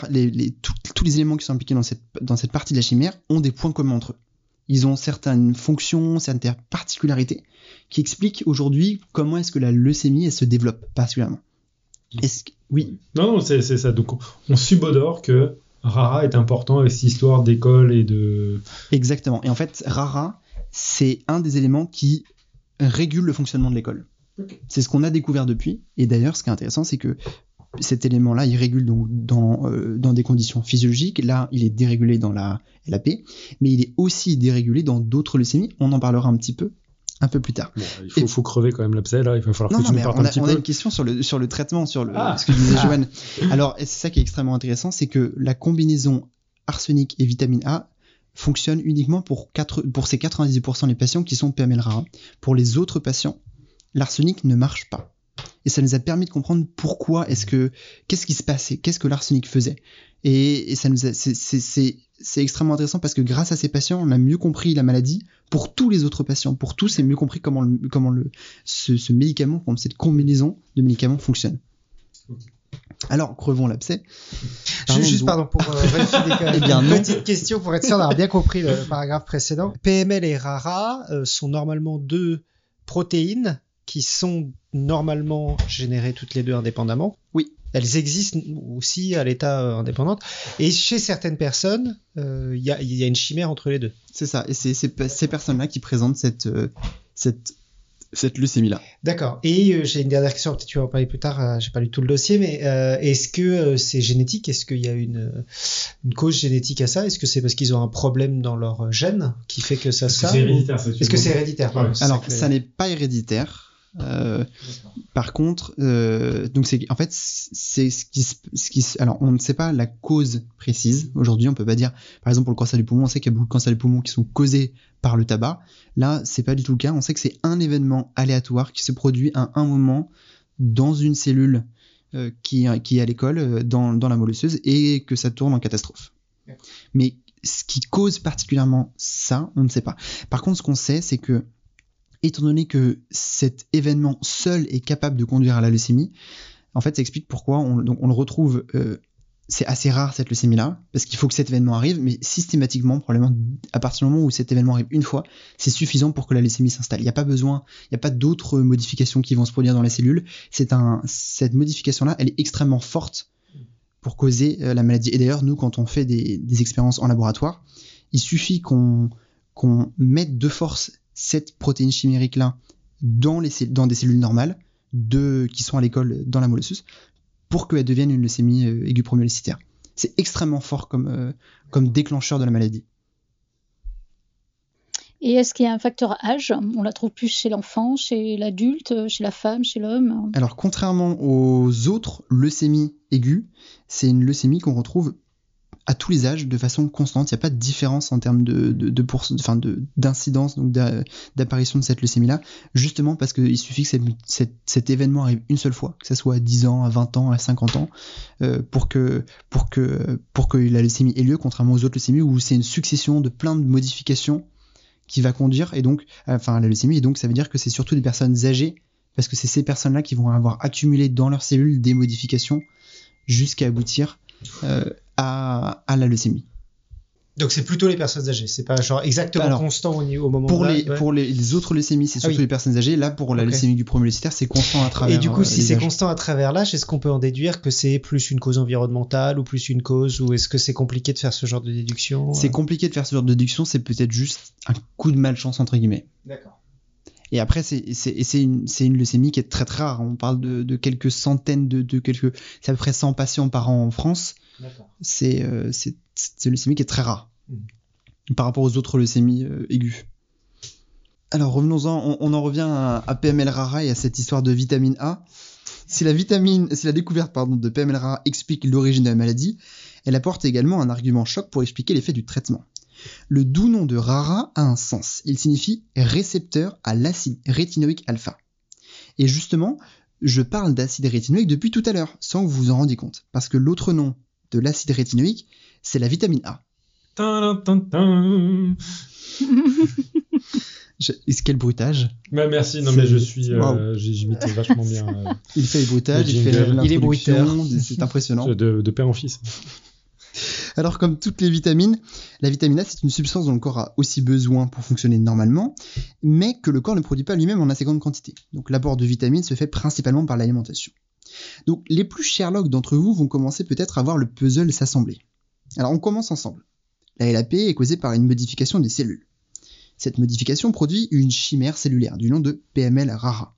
les éléments qui sont impliqués dans cette partie de la chimère ont des points communs entre eux. Ils ont certaines fonctions, certaines particularités qui expliquent aujourd'hui comment est-ce que la leucémie elle se développe particulièrement. Oui. Non, c'est ça. Donc, on subodore que RARA est important avec cette histoire d'école et de... Exactement. Et en fait, RARA, c'est un des éléments qui régule le fonctionnement de l'école. Okay. C'est ce qu'on a découvert depuis. Et d'ailleurs, ce qui est intéressant, c'est que cet élément-là, il régule donc dans des conditions physiologiques. Là, il est dérégulé dans la LAP, mais il est aussi dérégulé dans d'autres leucémies. On en parlera un petit peu plus tard. Bon, il faut crever quand même l'abcès là, il va falloir que tu nous partes un petit peu. On a une question sur le traitement, ce que disait Joanne. Alors, c'est ça qui est extrêmement intéressant, c'est que la combinaison arsenic et vitamine A fonctionne uniquement pour ces 98% des patients qui sont PML-RARA. Pour les autres patients, l'arsenic ne marche pas. Et ça nous a permis de comprendre qu'est-ce qui se passait, qu'est-ce que l'arsenic faisait. Et ça c'est extrêmement intéressant parce que grâce à ces patients, on a mieux compris la maladie. Pour tous les autres patients, pour tous, c'est mieux compris comment ce médicament, comment cette combinaison de médicaments fonctionne. Alors, crevons l'abcès. Pardon, pour vérifier une petite question pour être sûr d'avoir bien compris le paragraphe précédent. PML et RARA sont normalement 2 protéines qui sont normalement générées toutes les 2 indépendamment. Oui. elles existent aussi à l'état indépendante. Et chez certaines personnes, il y a une chimère entre les deux. C'est ça. Et c'est ces personnes-là qui présentent cette leucémie-là. D'accord. Et j'ai une dernière question, peut-être tu vas en parler plus tard, j'ai pas lu tout le dossier, mais est-ce que c'est génétique? Est-ce qu'il y a une cause génétique à ça? Est-ce que c'est parce qu'ils ont un problème dans leur gène qui fait que ça c'est héréditaire, ça, Est-ce que c'est héréditaire? Ouais. Alors, ça n'est pas héréditaire. Par contre, donc en fait, c'est alors on ne sait pas la cause précise. Aujourd'hui, on peut pas dire, par exemple, pour le cancer du poumon, on sait qu'il y a beaucoup de cancers du poumon qui sont causés par le tabac. Là, c'est pas du tout le cas. On sait que c'est un événement aléatoire qui se produit à un moment dans une cellule qui est à l'école, dans la moelle osseuse, et que ça tourne en catastrophe. Mais ce qui cause particulièrement ça, on ne sait pas. Par contre, ce qu'on sait, c'est que étant donné que cet événement seul est capable de conduire à la leucémie, en fait, ça explique pourquoi on le retrouve. C'est assez rare cette leucémie-là, parce qu'il faut que cet événement arrive, mais systématiquement, probablement, à partir du moment où cet événement arrive une fois, c'est suffisant pour que la leucémie s'installe. Il n'y a pas d'autres modifications qui vont se produire dans la cellule. Cette modification-là, elle est extrêmement forte pour causer la maladie. Et d'ailleurs, nous, quand on fait des expériences en laboratoire, il suffit qu'on mette de force cette protéine chimérique-là dans des cellules normales qui sont à l'école dans la moelle osseuse pour qu'elle devienne une leucémie aiguë promyélocytaire. C'est extrêmement fort comme déclencheur de la maladie. Et est-ce qu'il y a un facteur âge? On la trouve plus chez l'enfant, chez l'adulte, chez la femme, chez l'homme? Alors, contrairement aux autres leucémies aiguës, c'est une leucémie qu'on retrouve à tous les âges de façon constante. Il n'y a pas de différence en termes d'incidence, donc d'apparition de cette leucémie-là, justement parce qu'il suffit que cet événement arrive une seule fois, que ça soit à 10 ans, à 20 ans, à 50 ans, pour que la leucémie ait lieu, contrairement aux autres leucémies où c'est une succession de plein de modifications qui va conduire la leucémie. Et donc, ça veut dire que c'est surtout des personnes âgées, parce que c'est ces personnes-là qui vont avoir accumulé dans leurs cellules des modifications jusqu'à aboutir à la leucémie. Donc c'est plutôt les personnes âgées, c'est pas genre exactement constant au moment pour les autres leucémies, c'est surtout les personnes âgées. Là, pour la leucémie du promyélocitaire, c'est constant à travers. Et du coup, si c'est âges. constant à travers l'âge, est-ce qu'on peut en déduire que c'est plus une cause environnementale ou plus une cause, ou est-ce que c'est compliqué de faire ce genre de déduction? C'est compliqué de faire ce genre de déduction, c'est peut-être juste un coup de malchance entre guillemets. D'accord. Et après, c'est une leucémie qui est très très rare. On parle de quelques centaines c'est à peu près 100 patients par an en France. D'accord. C'est une leucémie qui est très rare par rapport aux autres leucémies aiguës. Alors revenons-en, on en revient à PML-RARA et à cette histoire de vitamine A. Si la découverte de PML-RARA explique l'origine de la maladie, elle apporte également un argument choc pour expliquer l'effet du traitement. Le doux nom de RARA a un sens. Il signifie récepteur à l'acide rétinoïque alpha. Et justement, je parle d'acide rétinoïque depuis tout à l'heure, sans que vous vous en rendiez compte. Parce que l'autre nom de l'acide rétinoïque, c'est la vitamine A. Quel bruitage. Bah merci, non mais j'imite vachement bien. Il fait les bruitages, il fait l'introduction, c'est impressionnant. De père en fils. Alors comme toutes les vitamines, la vitamine A c'est une substance dont le corps a aussi besoin pour fonctionner normalement, mais que le corps ne produit pas lui-même en assez grande quantité. Donc l'apport de vitamines se fait principalement par l'alimentation. Donc les plus Sherlock d'entre vous vont commencer peut-être à voir le puzzle s'assembler. Alors on commence ensemble. La LAP est causée par une modification des cellules. Cette modification produit une chimère cellulaire du nom de PML-RARA.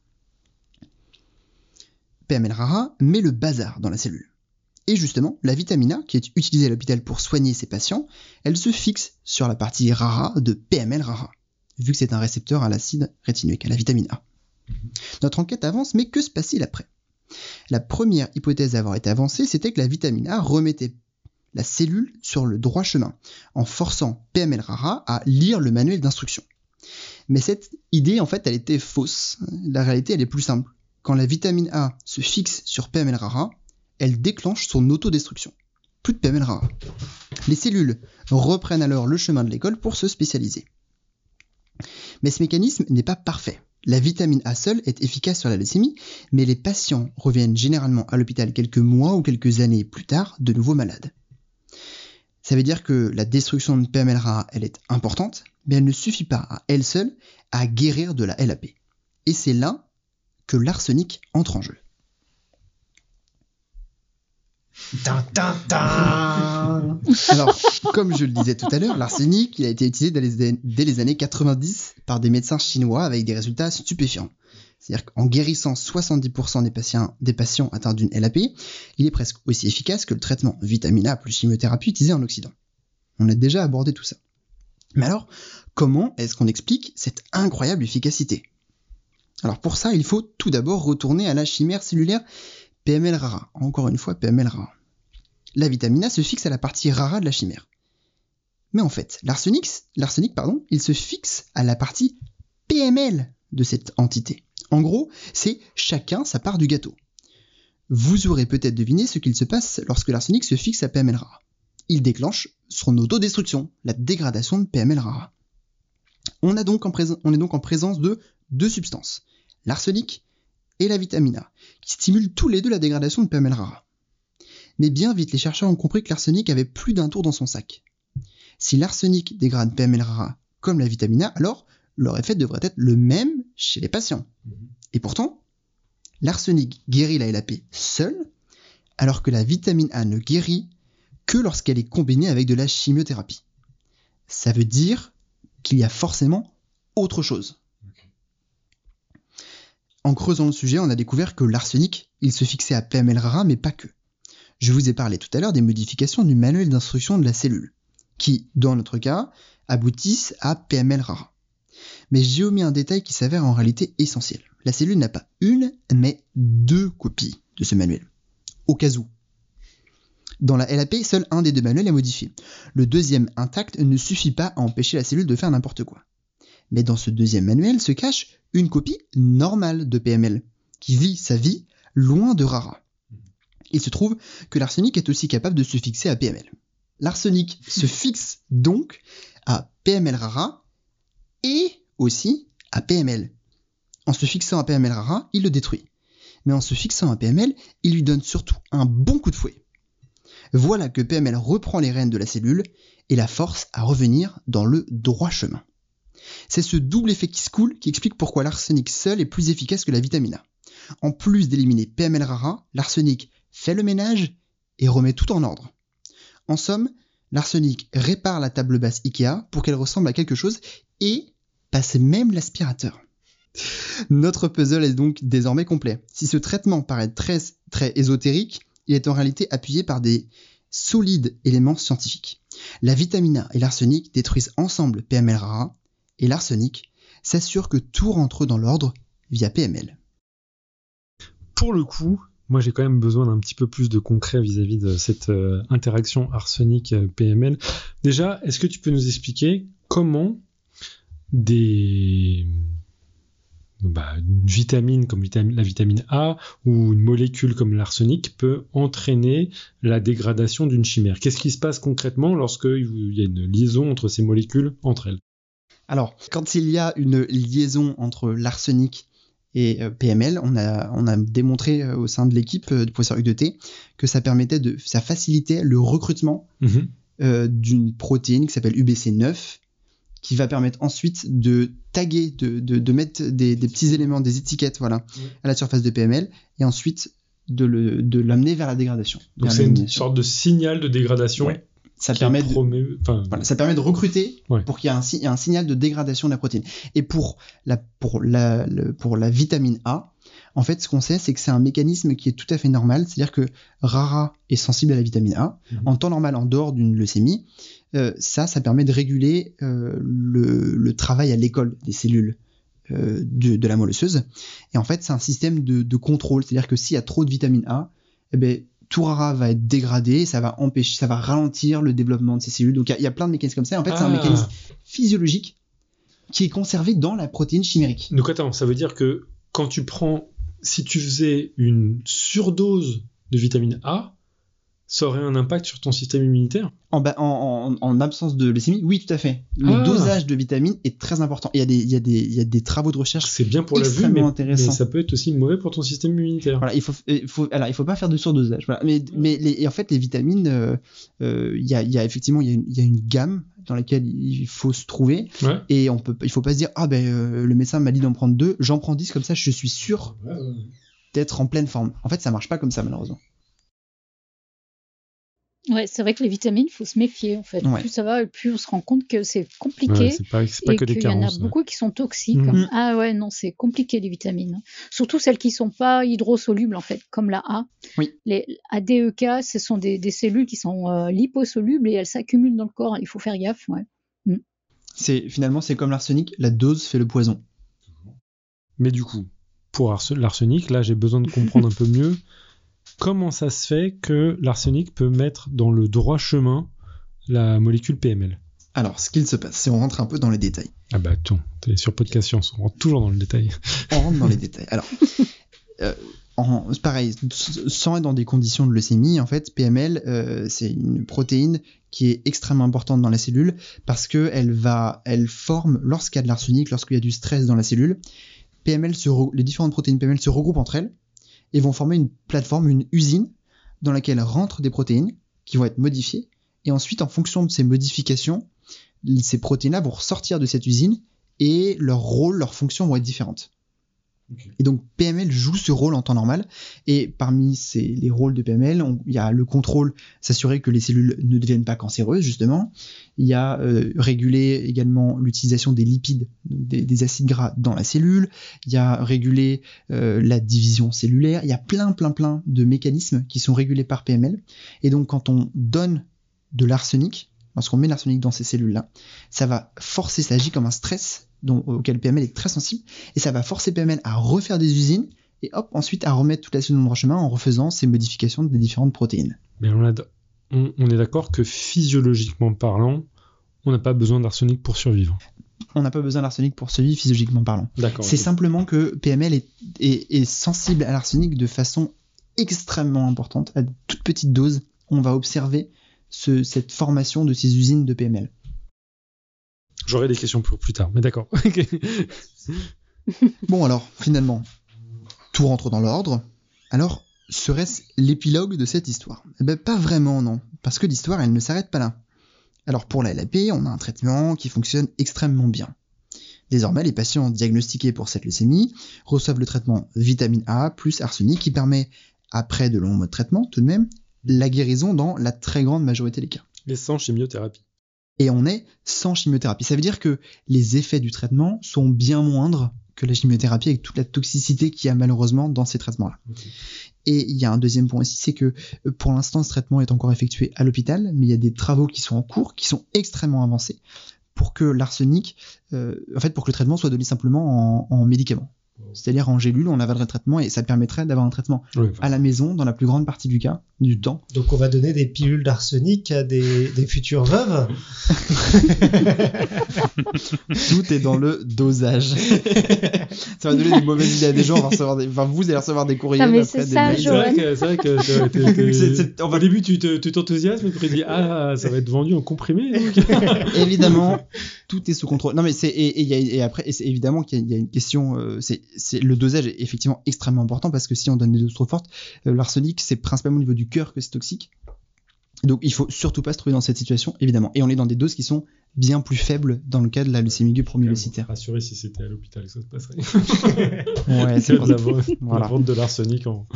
PML-RARA met le bazar dans la cellule. Et justement, la vitamine A, qui est utilisée à l'hôpital pour soigner ces patients, elle se fixe sur la partie RARA de PML-RARA, vu que c'est un récepteur à l'acide rétinoïque, à la vitamine A. Notre enquête avance, mais que se passe-t-il après? La première hypothèse à avoir été avancée, c'était que la vitamine A remettait la cellule sur le droit chemin, en forçant PML-RARA à lire le manuel d'instruction. Mais cette idée, en fait, elle était fausse. La réalité, elle est plus simple. Quand la vitamine A se fixe sur PML-RARA, elle déclenche son autodestruction. Plus de PML-RARA. Les cellules reprennent alors le chemin de l'école pour se spécialiser. Mais ce mécanisme n'est pas parfait. La vitamine A seule est efficace sur la leucémie, mais les patients reviennent généralement à l'hôpital quelques mois ou quelques années plus tard, de nouveau malades. Ça veut dire que la destruction de PML-RARA, elle est importante, mais elle ne suffit pas à elle seule à guérir de la LAP. Et c'est là que l'arsenic entre en jeu. Alors, comme je le disais tout à l'heure, l'arsenic, il a été utilisé dès les années 90 par des médecins chinois avec des résultats stupéfiants. C'est-à-dire qu'en guérissant 70% des patients atteints d'une LAP, il est presque aussi efficace que le traitement vitamine A plus chimiothérapie utilisé en Occident. On a déjà abordé tout ça. Mais alors, comment est-ce qu'on explique cette incroyable efficacité ? Alors pour ça, il faut tout d'abord retourner à la chimère cellulaire PML rara. Encore une fois, PML rara. La vitamine A se fixe à la partie rara de la chimère. Mais en fait, l'arsenic, il se fixe à la partie PML de cette entité. En gros, c'est chacun sa part du gâteau. Vous aurez peut-être deviné ce qu'il se passe lorsque l'arsenic se fixe à PML rara. Il déclenche son autodestruction, la dégradation de PML rara. On est donc en présence de deux substances, l'arsenic et la vitamine A, qui stimulent tous les deux la dégradation de PML rara. Mais bien vite, les chercheurs ont compris que l'arsenic avait plus d'un tour dans son sac. Si l'arsenic dégrade PML rara comme la vitamine A, alors leur effet devrait être le même chez les patients. Et pourtant, l'arsenic guérit la LAP seule, alors que la vitamine A ne guérit que lorsqu'elle est combinée avec de la chimiothérapie. Ça veut dire qu'il y a forcément autre chose. En creusant le sujet, on a découvert que l'arsenic, il se fixait à PML rara, mais pas que. Je vous ai parlé tout à l'heure des modifications du manuel d'instruction de la cellule, qui, dans notre cas, aboutissent à PML rara. Mais j'ai omis un détail qui s'avère en réalité essentiel. La cellule n'a pas une, mais deux copies de ce manuel. Au cas où. Dans la LAP, seul un des deux manuels est modifié. Le deuxième intact ne suffit pas à empêcher la cellule de faire n'importe quoi. Mais dans ce deuxième manuel se cache une copie normale de PML, qui vit sa vie loin de rara. Il se trouve que l'arsenic est aussi capable de se fixer à PML. L'arsenic se fixe donc à PML rara et aussi à PML. En se fixant à PML rara, il le détruit. Mais en se fixant à PML, il lui donne surtout un bon coup de fouet. Voilà que PML reprend les rênes de la cellule et la force à revenir dans le droit chemin. C'est ce double effet qui se coule qui explique pourquoi l'arsenic seul est plus efficace que la vitamine A. En plus d'éliminer PML rara, l'arsenic fait le ménage et remet tout en ordre. En somme, l'arsenic répare la table basse Ikea pour qu'elle ressemble à quelque chose et passe même l'aspirateur. Notre puzzle est donc désormais complet. Si ce traitement paraît très ésotérique, il est en réalité appuyé par des solides éléments scientifiques. La vitamine A et l'arsenic détruisent ensemble PML rara et l'arsenic s'assure que tout rentre dans l'ordre via PML. Pour le coup, moi j'ai quand même besoin d'un petit peu plus de concret vis-à-vis de cette interaction arsenic-PML. Déjà, est-ce que tu peux nous expliquer comment une vitamine comme la vitamine A ou une molécule comme l'arsenic peut entraîner la dégradation d'une chimère? Qu'est-ce qui se passe concrètement lorsqu'il y a une liaison entre ces molécules entre elles? Alors, quand il y a une liaison entre l'arsenic et PML, on a démontré au sein de l'équipe du professeur Hugues de T que ça facilitait le recrutement d'une protéine qui s'appelle UBC9, qui va permettre ensuite de taguer, de mettre des petits éléments, des étiquettes, à la surface de PML, et ensuite de l'amener vers la dégradation. Donc c'est une sorte de signal de dégradation. Ouais. Ça permet de recruter pour qu'il y ait un signal de dégradation de la protéine. Et pour la vitamine A, en fait, ce qu'on sait, c'est que c'est un mécanisme qui est tout à fait normal. C'est-à-dire que rara est sensible à la vitamine A. En temps normal, en dehors d'une leucémie, ça permet de réguler le travail à l'école des cellules de la moelle osseuse. Et en fait, c'est un système de contrôle. C'est-à-dire que s'il y a trop de vitamine A, tout rara va être dégradé, ça va ralentir le développement de ces cellules. Donc il y a plein de mécanismes comme ça. En fait, c'est un mécanisme physiologique qui est conservé dans la protéine chimérique. Donc attends, ça veut dire que si tu faisais une surdose de vitamine A, ça aurait un impact sur ton système immunitaire? En absence de leucémie, oui, tout à fait. Le dosage de vitamine est très important. Il y a des travaux de recherche. C'est bien pour la vue, mais ça peut être aussi mauvais pour ton système immunitaire. Voilà, il faut pas faire de surdosage. Voilà. En fait, les vitamines, il y a effectivement une gamme dans laquelle il faut se trouver. Ouais. Et il faut pas se dire le médecin m'a dit d'en prendre 2, j'en prends 10 comme ça, je suis sûr d'être en pleine forme. En fait, ça marche pas comme ça malheureusement. Ouais, c'est vrai que les vitamines, il faut se méfier en fait. Ouais. Plus ça va, et plus on se rend compte que c'est compliqué. Ouais, c'est pas et que des qu'il y en a carences. beaucoup qui sont toxiques. Mhm. Ah ouais, non, c'est compliqué les vitamines. Surtout celles qui sont pas hydrosolubles en fait, comme la A. Oui. Les ADEK, ce sont des cellules qui sont liposolubles et elles s'accumulent dans le corps. Il faut faire gaffe. Ouais. Finalement, c'est comme l'arsenic, la dose fait le poison. Mais du coup, pour l'arsenic, là, j'ai besoin de comprendre un peu mieux comment ça se fait que l'arsenic peut mettre dans le droit chemin la molécule PML. Alors, ce qu'il se passe, si on rentre un peu dans les détails. Ah bah attends, t'es sur Podcast Science, on rentre toujours dans le détail. On rentre dans les détails. Alors, pareil, sans être dans des conditions de leucémie, en fait, PML, c'est une protéine qui est extrêmement importante dans la cellule parce que elle forme, lorsqu'il y a de l'arsenic, lorsqu'il y a du stress dans la cellule, les différentes protéines PML se regroupent entre elles et vont former une plateforme, une usine dans laquelle rentrent des protéines qui vont être modifiées. Et ensuite, en fonction de ces modifications, ces protéines-là vont ressortir de cette usine et leur rôle, leur fonction vont être différentes. Okay. Et donc PML joue ce rôle en temps normal. Et parmi les rôles de PML, il y a le contrôle, s'assurer que les cellules ne deviennent pas cancéreuses, justement. Il y a réguler également l'utilisation des lipides, des acides gras dans la cellule. Il y a réguler la division cellulaire. Il y a plein de mécanismes qui sont régulés par PML. Et donc quand on donne de l'arsenic, lorsqu'on met l'arsenic dans ces cellules-là, ça va forcer, ça agit comme un stress auquel PML est très sensible, et ça va forcer PML à refaire des usines, et ensuite à remettre toute la cellule dans le droit chemin en refaisant ces modifications des différentes protéines. Mais on est d'accord que physiologiquement parlant, on n'a pas besoin d'arsenic pour survivre. On n'a pas besoin d'arsenic pour survivre physiologiquement parlant. D'accord. C'est simplement que PML est sensible à l'arsenic de façon extrêmement importante. À de toutes petites doses, on va observer cette formation de ces usines de PML. J'aurai des questions pour plus tard, mais d'accord. Bon alors, finalement, tout rentre dans l'ordre. Alors, serait-ce l'épilogue de cette histoire ? Eh ben, pas vraiment, non. Parce que l'histoire, elle ne s'arrête pas là. Alors pour la LAP, on a un traitement qui fonctionne extrêmement bien. Désormais, les patients diagnostiqués pour cette leucémie reçoivent le traitement vitamine A plus arsenic qui permet, après de longs mois de traitement, tout de même, la guérison dans la très grande majorité des cas. Et sans chimiothérapie. Et on est sans chimiothérapie. Ça veut dire que les effets du traitement sont bien moindres que la chimiothérapie avec toute la toxicité qu'il y a malheureusement dans ces traitements-là. Okay. Et il y a un deuxième point aussi, c'est que pour l'instant, ce traitement est encore effectué à l'hôpital, mais il y a des travaux qui sont en cours, qui sont extrêmement avancés, pour que l'arsenic, pour que le traitement soit donné simplement en médicament. C'est-à-dire en gélule, on avalerait le traitement et ça permettrait d'avoir un traitement à la maison dans la plus grande partie du temps. Donc on va donner des pilules d'arsenic à des futures veuves. Tout est dans le dosage. Ça va donner des mauvaises idées à des gens. Vous allez recevoir des courriers. Non, mais après, c'est ça, c'est vrai que au début tu t'enthousiasmes et puis tu dis ça va être vendu en comprimé. Évidemment, tout est sous contrôle. Non mais après c'est évidemment qu'il y a une question. Le dosage est effectivement extrêmement important parce que si on donne des doses trop fortes, l'arsenic c'est principalement au niveau du cœur que c'est toxique. Donc il faut surtout pas se trouver dans cette situation évidemment. Et on est dans des doses qui sont bien plus faibles dans le cas de la leucémie aiguë promyélocitaire. Rassurez si c'était à l'hôpital que ça se passerait. Ouais, c'est la vente de l'arsenic en.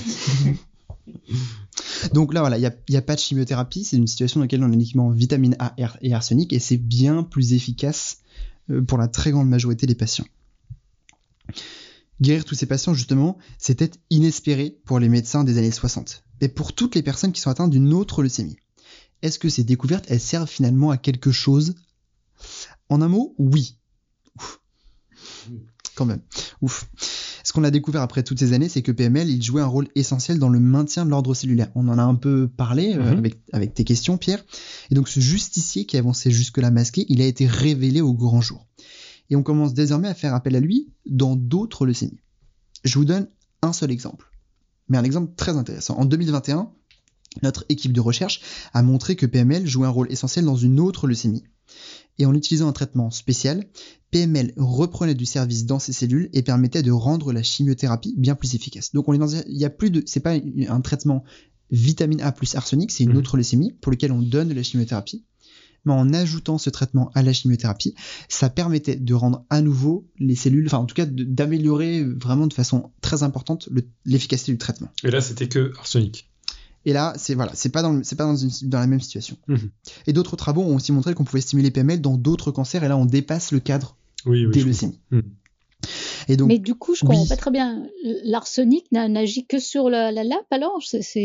Donc là voilà, il y a pas de chimiothérapie, c'est une situation dans laquelle on a uniquement vitamine A et arsenic et c'est bien plus efficace pour la très grande majorité des patients. Guérir tous ces patients, justement, c'était inespéré pour les médecins des années 60. Mais pour toutes les personnes qui sont atteintes d'une autre leucémie, est-ce que ces découvertes, elles servent finalement à quelque chose ? En un mot, oui. Ouf. Quand même. Ouf. Ce qu'on a découvert après toutes ces années, c'est que PML, il jouait un rôle essentiel dans le maintien de l'ordre cellulaire. On en a un peu parlé avec tes questions, Pierre. Et donc ce justicier qui avançait jusque-là masqué, il a été révélé au grand jour. Et on commence désormais à faire appel à lui dans d'autres leucémies. Je vous donne un seul exemple, mais un exemple très intéressant. En 2021, notre équipe de recherche a montré que PML jouait un rôle essentiel dans une autre leucémie. Et en utilisant un traitement spécial, PML reprenait du service dans ces cellules et permettait de rendre la chimiothérapie bien plus efficace. Donc c'est pas un traitement vitamine A plus arsenic, c'est une autre leucémie pour laquelle on donne de la chimiothérapie. Mais en ajoutant ce traitement à la chimiothérapie, ça permettait de rendre à nouveau les cellules, enfin en tout cas d'améliorer vraiment de façon très importante l'efficacité du traitement. Et là, c'était que arsenic. Et là, c'est pas dans la même situation. Et d'autres travaux ont aussi montré qu'on pouvait stimuler PML dans d'autres cancers, et là, on dépasse le cadre des leucémies. Et donc, mais du coup, je comprends pas très bien. L'arsenic n'agit que sur la lappe, alors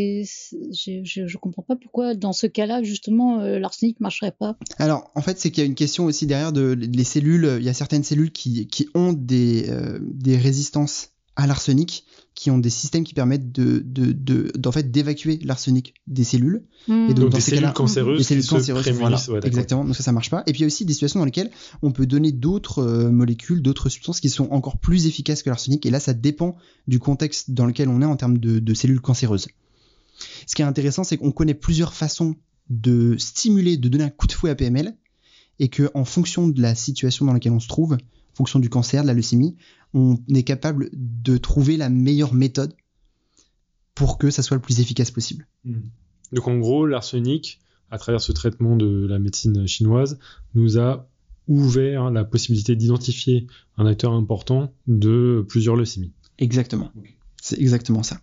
je comprends pas pourquoi, dans ce cas-là, justement, l'arsenic marcherait pas. Alors, en fait, c'est qu'il y a une question aussi derrière les cellules. Il y a certaines cellules qui ont des résistances à l'arsenic, qui ont des systèmes qui permettent d'en fait d'évacuer l'arsenic des cellules. Et donc dans ces cellules cancéreuses, des cellules cancéreuses, voilà, exactement. Donc ça marche pas. Et puis il y a aussi des situations dans lesquelles on peut donner d'autres molécules, d'autres substances qui sont encore plus efficaces que l'arsenic. Et là, ça dépend du contexte dans lequel on est en termes de cellules cancéreuses. Ce qui est intéressant, c'est qu'on connaît plusieurs façons de stimuler, de donner un coup de fouet à PML, et que en fonction de la situation dans laquelle on se trouve, en fonction du cancer, de la leucémie, on est capable de trouver la meilleure méthode pour que ça soit le plus efficace possible. Donc en gros, l'arsenic, à travers ce traitement de la médecine chinoise, nous a ouvert la possibilité d'identifier un acteur important de plusieurs leucémies. Exactement. C'est exactement ça.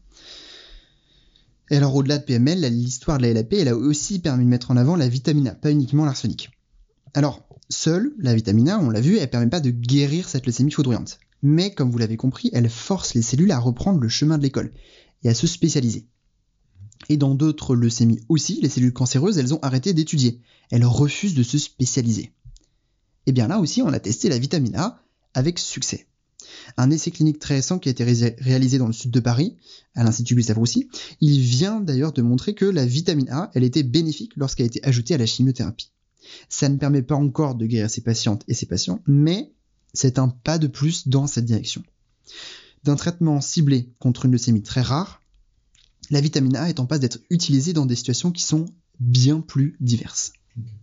Et alors au-delà de PML, l'histoire de la LAP, elle a aussi permis de mettre en avant la vitamine A, pas uniquement l'arsenic. Alors, seule, la vitamine A, on l'a vu, elle permet pas de guérir cette leucémie foudroyante. Mais, comme vous l'avez compris, elle force les cellules à reprendre le chemin de l'école et à se spécialiser. Et dans d'autres leucémies aussi, les cellules cancéreuses, elles ont arrêté d'étudier. Elles refusent de se spécialiser. Et bien là aussi, on a testé la vitamine A avec succès. Un essai clinique très récent qui a été réalisé dans le sud de Paris, à l'Institut Gustave Roussy, il vient d'ailleurs de montrer que la vitamine A, elle était bénéfique lorsqu'elle a été ajoutée à la chimiothérapie. Ça ne permet pas encore de guérir ces patientes et ces patients, mais c'est un pas de plus dans cette direction. D'un traitement ciblé contre une leucémie très rare, la vitamine A est en passe d'être utilisée dans des situations qui sont bien plus diverses.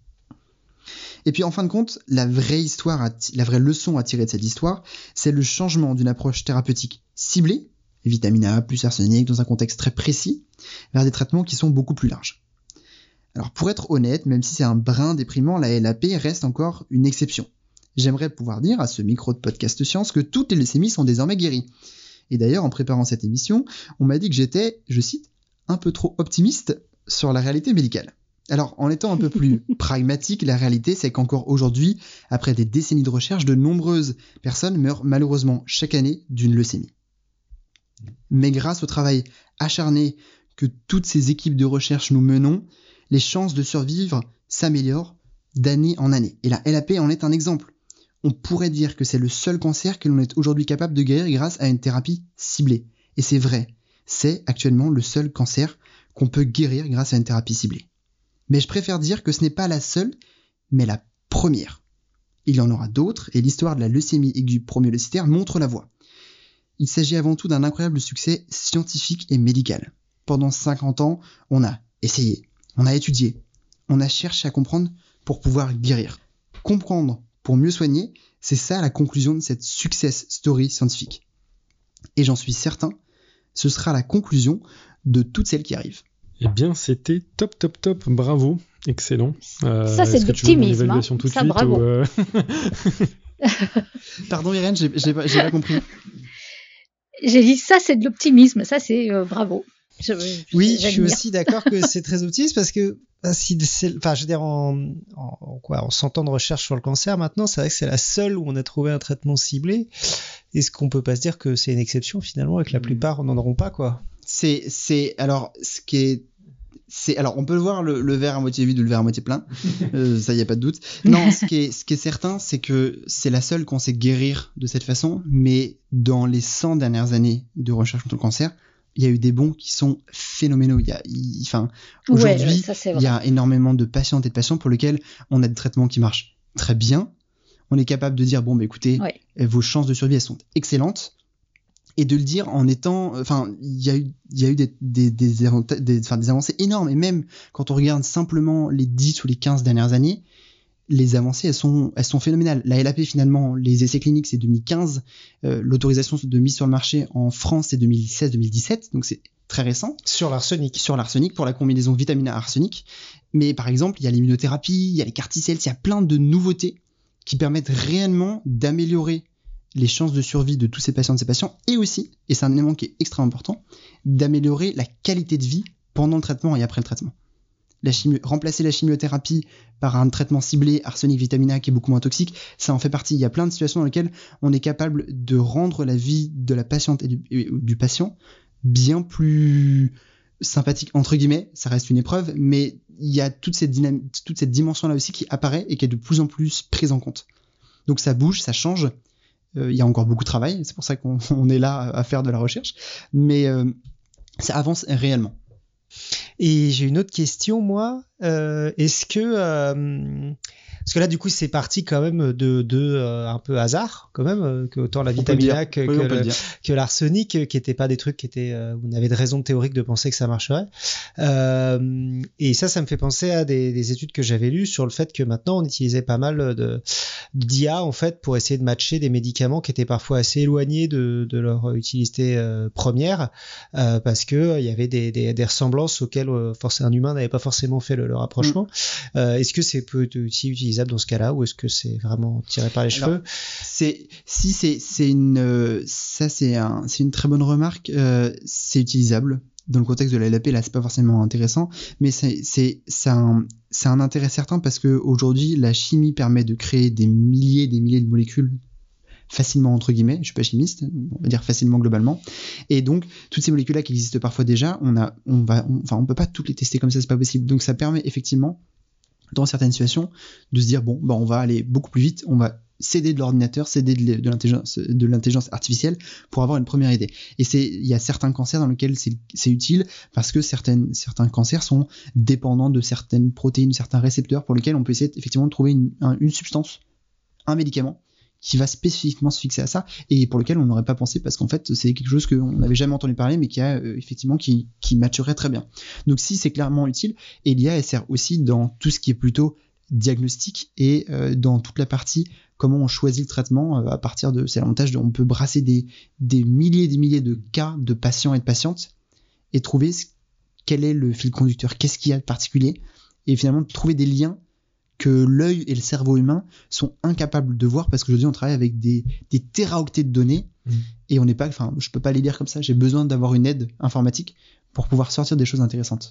Et puis en fin de compte, la vraie leçon à tirer de cette histoire, c'est le changement d'une approche thérapeutique ciblée, vitamine A plus arsenic dans un contexte très précis, vers des traitements qui sont beaucoup plus larges. Alors pour être honnête, même si c'est un brin déprimant, la LAP reste encore une exception. J'aimerais pouvoir dire à ce micro de podcast science que toutes les leucémies sont désormais guéries. Et d'ailleurs, en préparant cette émission, on m'a dit que j'étais, je cite, un peu trop optimiste sur la réalité médicale. Alors, en étant un peu plus pragmatique, la réalité, c'est qu'encore aujourd'hui, après des décennies de recherche, de nombreuses personnes meurent malheureusement chaque année d'une leucémie. Mais grâce au travail acharné que toutes ces équipes de recherche nous menons, les chances de survivre s'améliorent d'année en année. Et la LAP en est un exemple. On pourrait dire que c'est le seul cancer que l'on est aujourd'hui capable de guérir grâce à une thérapie ciblée. Et c'est vrai, c'est actuellement le seul cancer qu'on peut guérir grâce à une thérapie ciblée. Mais je préfère dire que ce n'est pas la seule, mais la première. Il y en aura d'autres, et l'histoire de la leucémie aiguë promyélocitaire montre la voie. Il s'agit avant tout d'un incroyable succès scientifique et médical. Pendant 50 ans, on a essayé, on a étudié, on a cherché à comprendre pour pouvoir guérir. Comprendre pour mieux soigner, c'est ça la conclusion de cette success story scientifique. Et j'en suis certain, ce sera la conclusion de toutes celles qui arrivent. Eh bien, c'était top, bravo, excellent. Ça, c'est de l'optimisme, hein. Ça, bravo. Pardon Irène, j'ai pas compris. J'ai dit ça, c'est de l'optimisme, ça, c'est bravo. Oui, je suis aussi d'accord que c'est très optimiste parce que je veux dire en 100 ans de recherche sur le cancer maintenant, c'est vrai que c'est la seule où on a trouvé un traitement ciblé. Est-ce qu'on peut pas se dire que c'est une exception finalement et que la plupart n'en auront pas, quoi? Alors on peut voir le verre à moitié vide ou le verre à moitié plein, ça y a pas de doute. Non, ce qui est certain, c'est que c'est la seule qu'on sait guérir de cette façon, mais dans les 100 dernières années de recherche contre le cancer, il y a eu des bons qui sont phénoménaux. Aujourd'hui, il y a énormément de patientes et de patients pour lesquels on a des traitements qui marchent très bien. On est capable de dire, écoutez, vos chances de survie, elles sont excellentes. Et de le dire en étant, il y a eu des avancées énormes. Et même quand on regarde simplement les 10 ou les 15 dernières années, les avancées, elles sont phénoménales. La LAP, finalement, les essais cliniques, c'est 2015. L'autorisation de mise sur le marché en France, c'est 2016-2017. Donc, c'est très récent. Sur l'arsenic, pour la combinaison vitamine A arsenic. Mais par exemple, il y a l'immunothérapie, il y a les CAR-T-cells, il y a plein de nouveautés qui permettent réellement d'améliorer les chances de survie de tous ces patients et aussi, et c'est un élément qui est extrêmement important, d'améliorer la qualité de vie pendant le traitement et après le traitement. Remplacer la chimiothérapie par un traitement ciblé arsenic vitamine A qui est beaucoup moins toxique, ça en fait partie. Il y a plein de situations dans lesquelles on est capable de rendre la vie de la patiente et du patient bien plus sympathique, entre guillemets. Ça reste une épreuve, mais il y a toute cette dimension là aussi qui apparaît et qui est de plus en plus prise en compte. Donc ça bouge, ça change. Il y a encore beaucoup de travail, c'est pour ça qu'on est là à faire de la recherche, mais ça avance réellement. Et j'ai une autre question, moi. Est-ce que parce que là, du coup, c'est parti quand même de un peu hasard, quand même, que autant la vitamine A que l'arsenic, qui étaient pas des trucs qui étaient, on avait de raison théorique de penser que ça marcherait. Et ça me fait penser à des études que j'avais lues sur le fait que maintenant on utilisait pas mal d'IA en fait pour essayer de matcher des médicaments qui étaient parfois assez éloignés de leur utilité première, parce que il y avait des ressemblances auxquelles un humain n'avait pas forcément fait le rapprochement. Est-ce que c'est peut aussi utilisable dans ce cas-là, ou est-ce que c'est vraiment tiré par les cheveux? C'est une très bonne remarque. C'est utilisable dans le contexte de la LAP. Là, c'est pas forcément intéressant, mais c'est un intérêt certain parce que aujourd'hui, la chimie permet de créer des milliers de molécules facilement, entre guillemets. Je suis pas chimiste, on va dire facilement globalement. Et donc, toutes ces molécules-là qui existent parfois déjà, on peut pas toutes les tester comme ça, c'est pas possible. Donc, ça permet effectivement, dans certaines situations, de se dire on va aller beaucoup plus vite, on va céder de l'ordinateur, céder de l'intelligence artificielle pour avoir une première idée. Et il y a certains cancers dans lesquels c'est utile parce que certains cancers sont dépendants de certaines protéines, de certains récepteurs pour lesquels on peut essayer effectivement de trouver une substance, un médicament qui va spécifiquement se fixer à ça et pour lequel on n'aurait pas pensé parce qu'en fait c'est quelque chose qu'on n'avait jamais entendu parler mais qui a effectivement qui matcherait très bien. Donc si c'est clairement utile, et l'IA elle sert aussi dans tout ce qui est plutôt diagnostic et dans toute la partie comment on choisit le traitement à partir de, c'est l'avantage on peut brasser des milliers de cas de patients et de patientes et trouver quel est le fil conducteur, qu'est-ce qu'il y a de particulier et finalement trouver des liens que l'œil et le cerveau humain sont incapables de voir parce qu'aujourd'hui on travaille avec des téraoctets de données et je peux pas les lire comme ça, j'ai besoin d'avoir une aide informatique pour pouvoir sortir des choses intéressantes.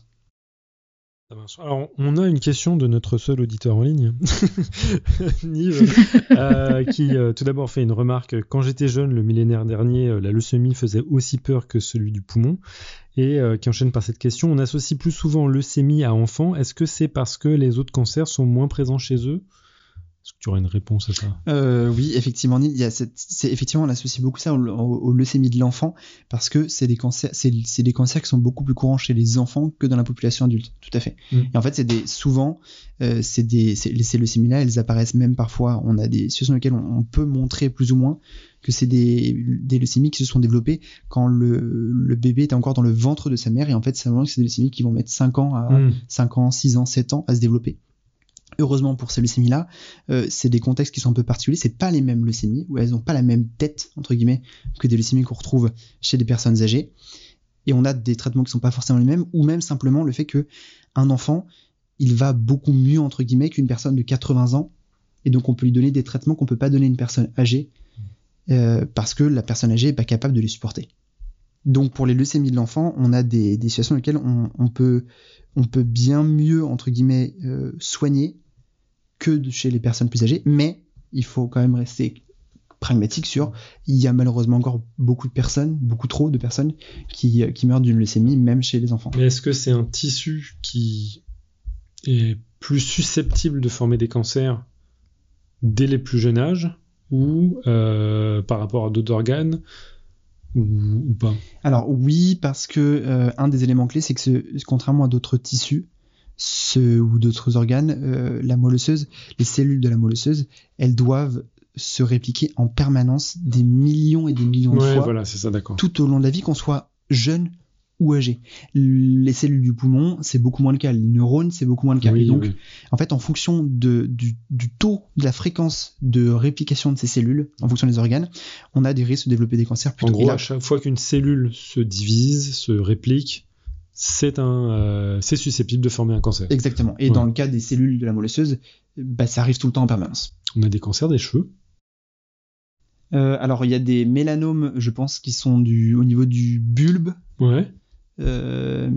Alors, on a une question de notre seul auditeur en ligne, Nive, qui tout d'abord fait une remarque. Quand j'étais jeune, le millénaire dernier, la leucémie faisait aussi peur que celui du poumon. Et qui enchaîne par cette question, on associe plus souvent leucémie à enfants. Est-ce que c'est parce que les autres cancers sont moins présents chez eux ? Est-ce que tu aurais une réponse à ça ? Oui, effectivement, effectivement, on associe beaucoup ça aux leucémies de l'enfant parce que c'est des cancers qui sont beaucoup plus courants chez les enfants que dans la population adulte. Tout à fait. Et en fait, ces leucémies-là, elles apparaissent même parfois. On a des situations dans lesquelles on peut montrer plus ou moins que c'est des leucémies qui se sont développées quand le bébé était encore dans le ventre de sa mère et en fait, c'est des leucémies qui vont mettre 5 ans, 6 ans, 7 ans à se développer. Heureusement pour ces leucémies-là, c'est des contextes qui sont un peu particuliers, c'est pas les mêmes leucémies, où elles ont pas la même tête, entre guillemets, que des leucémies qu'on retrouve chez des personnes âgées. Et on a des traitements qui sont pas forcément les mêmes, ou même simplement le fait que un enfant, il va beaucoup mieux, entre guillemets, qu'une personne de 80 ans, et donc on peut lui donner des traitements qu'on peut pas donner à une personne âgée, parce que la personne âgée est pas capable de les supporter. Donc pour les leucémies de l'enfant, on a des situations dans lesquelles on peut bien mieux, entre guillemets, soigner que chez les personnes plus âgées, mais il faut quand même rester pragmatique il y a malheureusement encore beaucoup trop de personnes qui meurent d'une leucémie, même chez les enfants. Mais est-ce que c'est un tissu qui est plus susceptible de former des cancers dès les plus jeunes âges ou par rapport à d'autres organes ou pas ? Alors oui, parce que un des éléments clés, c'est que contrairement à d'autres tissus ou d'autres organes, la moelle osseuse, les cellules de la moelle osseuse, elles doivent se répliquer en permanence des millions et des millions de fois, voilà, c'est ça, d'accord. Tout au long de la vie, qu'on soit jeune ou âgé. Les cellules du poumon, c'est beaucoup moins le cas. Les neurones, c'est beaucoup moins le cas. Oui, et donc, en fait, en fonction du taux, de la fréquence de réplication de ces cellules, en fonction des organes, on a des risques de développer des cancers. En gros, à chaque fois qu'une cellule se divise, se réplique, c'est susceptible de former un cancer. Exactement. Et dans le cas des cellules de la moelle osseuse, ça arrive tout le temps en permanence. On a des cancers des cheveux. Alors, il y a des mélanomes, je pense, qui sont au niveau du bulbe. Ouais. Mais donc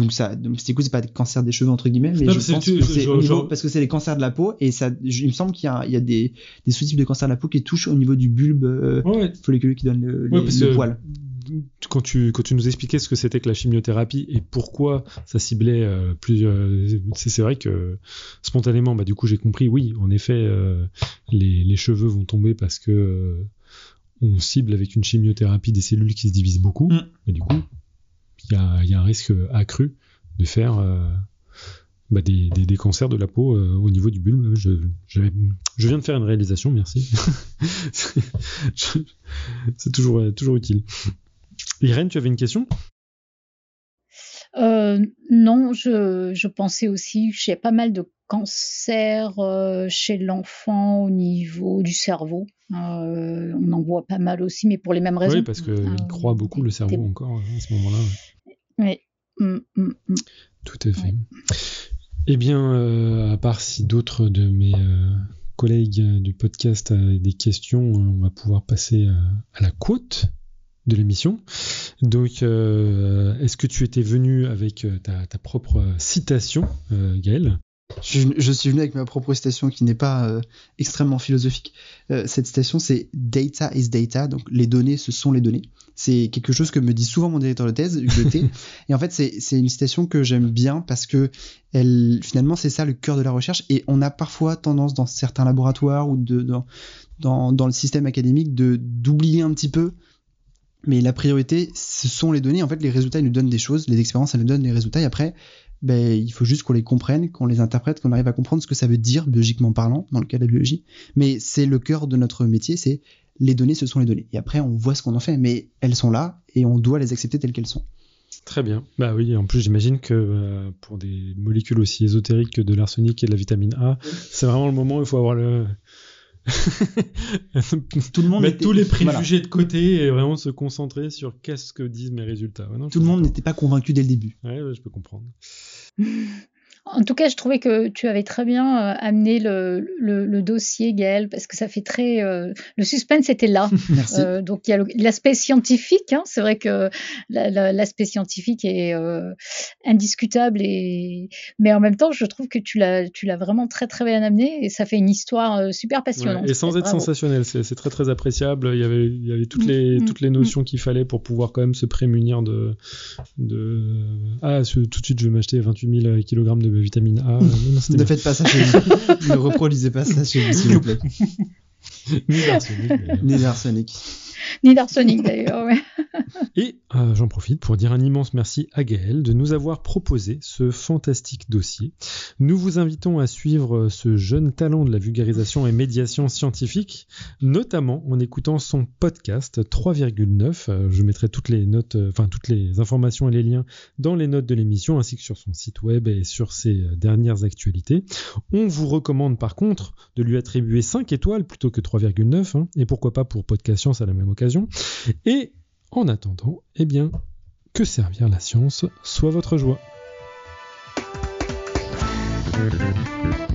donc du coup c'est pas des cancers des cheveux entre guillemets, mais non, je pense que c'est au niveau, parce que c'est les cancers de la peau, et ça, il me semble qu'il y a des sous-types de cancers de la peau qui touchent au niveau du bulbe folliculeux qui donne le poil. Quand tu nous expliquais ce que c'était que la chimiothérapie et pourquoi ça ciblait c'est vrai que spontanément, du coup j'ai compris, oui, en effet, les cheveux vont tomber parce que on cible avec une chimiothérapie des cellules qui se divisent beaucoup, et du coup il y a un risque accru de faire des cancers de la peau au niveau du bulbe. Je viens de faire une réalisation, merci. C'est toujours utile. Irène, tu avais une question ? Non, je pensais aussi qu'il y a pas mal de cancers chez l'enfant au niveau du cerveau. On en voit pas mal aussi, mais pour les mêmes raisons. Oui, parce qu'il croit beaucoup le cerveau encore à ce moment-là. Oui. Tout à fait. Eh bien, à part si d'autres de mes collègues du podcast ont des questions, on va pouvoir passer à la quote de l'émission. Donc, est-ce que tu étais venu avec ta propre citation, Gaël ? Je suis venu avec ma propre citation qui n'est pas extrêmement philosophique. Cette citation, c'est « Data is data », donc les données, ce sont les données. C'est quelque chose que me dit souvent mon directeur de thèse, Hugues Leté. Et en fait, c'est une citation que j'aime bien parce que finalement, c'est ça le cœur de la recherche. Et on a parfois tendance dans certains laboratoires ou dans le système académique d'oublier un petit peu. Mais la priorité, ce sont les données. En fait, les résultats, ils nous donnent des choses. Les expériences, elles nous donnent les résultats. Et après, il faut juste qu'on les comprenne, qu'on les interprète, qu'on arrive à comprendre ce que ça veut dire, biologiquement parlant, dans le cas de la biologie. Mais c'est le cœur de notre métier, c'est les données, ce sont les données. Et après, on voit ce qu'on en fait. Mais elles sont là et on doit les accepter telles qu'elles sont. Très bien. Bah oui, en plus, j'imagine que pour des molécules aussi ésotériques que de l'arsenic et de la vitamine A, c'est vraiment le moment où il faut avoir tout le monde mettre tous les préjugés de côté et vraiment se concentrer sur qu'est-ce que disent mes résultats. Ouais, non, tout le monde n'était pas convaincu dès le début. Ouais, je peux comprendre. En tout cas, je trouvais que tu avais très bien amené le dossier, Gaël, parce que ça fait très... le suspense était là. Merci. Donc, il y a l'aspect scientifique. C'est vrai que l'aspect scientifique est indiscutable. Mais en même temps, je trouve que tu l'as vraiment très, très bien amené. Et ça fait une histoire super passionnante. Ouais, et sans être sensationnel. C'est très, très appréciable. Il y avait toutes les notions qu'il fallait pour pouvoir quand même se prémunir de... tout de suite, je vais m'acheter 28 000 kg de vitamine A. Ne faites pas ça chez vous. Ne reproduisez pas ça chez vous, s'il vous plaît. Ni d'arsenic. Ni d'arsenic, d'ailleurs, ouais. Et j'en profite pour dire un immense merci à Gaël de nous avoir proposé ce fantastique dossier. Nous vous invitons à suivre ce jeune talent de la vulgarisation et médiation scientifique, notamment en écoutant son podcast 3,9. Je mettrai toutes les notes, toutes les informations et les liens dans les notes de l'émission, ainsi que sur son site web et sur ses dernières actualités. On vous recommande par contre de lui attribuer 5 étoiles plutôt que 3,9, et pourquoi pas pour Podcast Science à la même occasion. Et en attendant, que servir la science soit votre joie.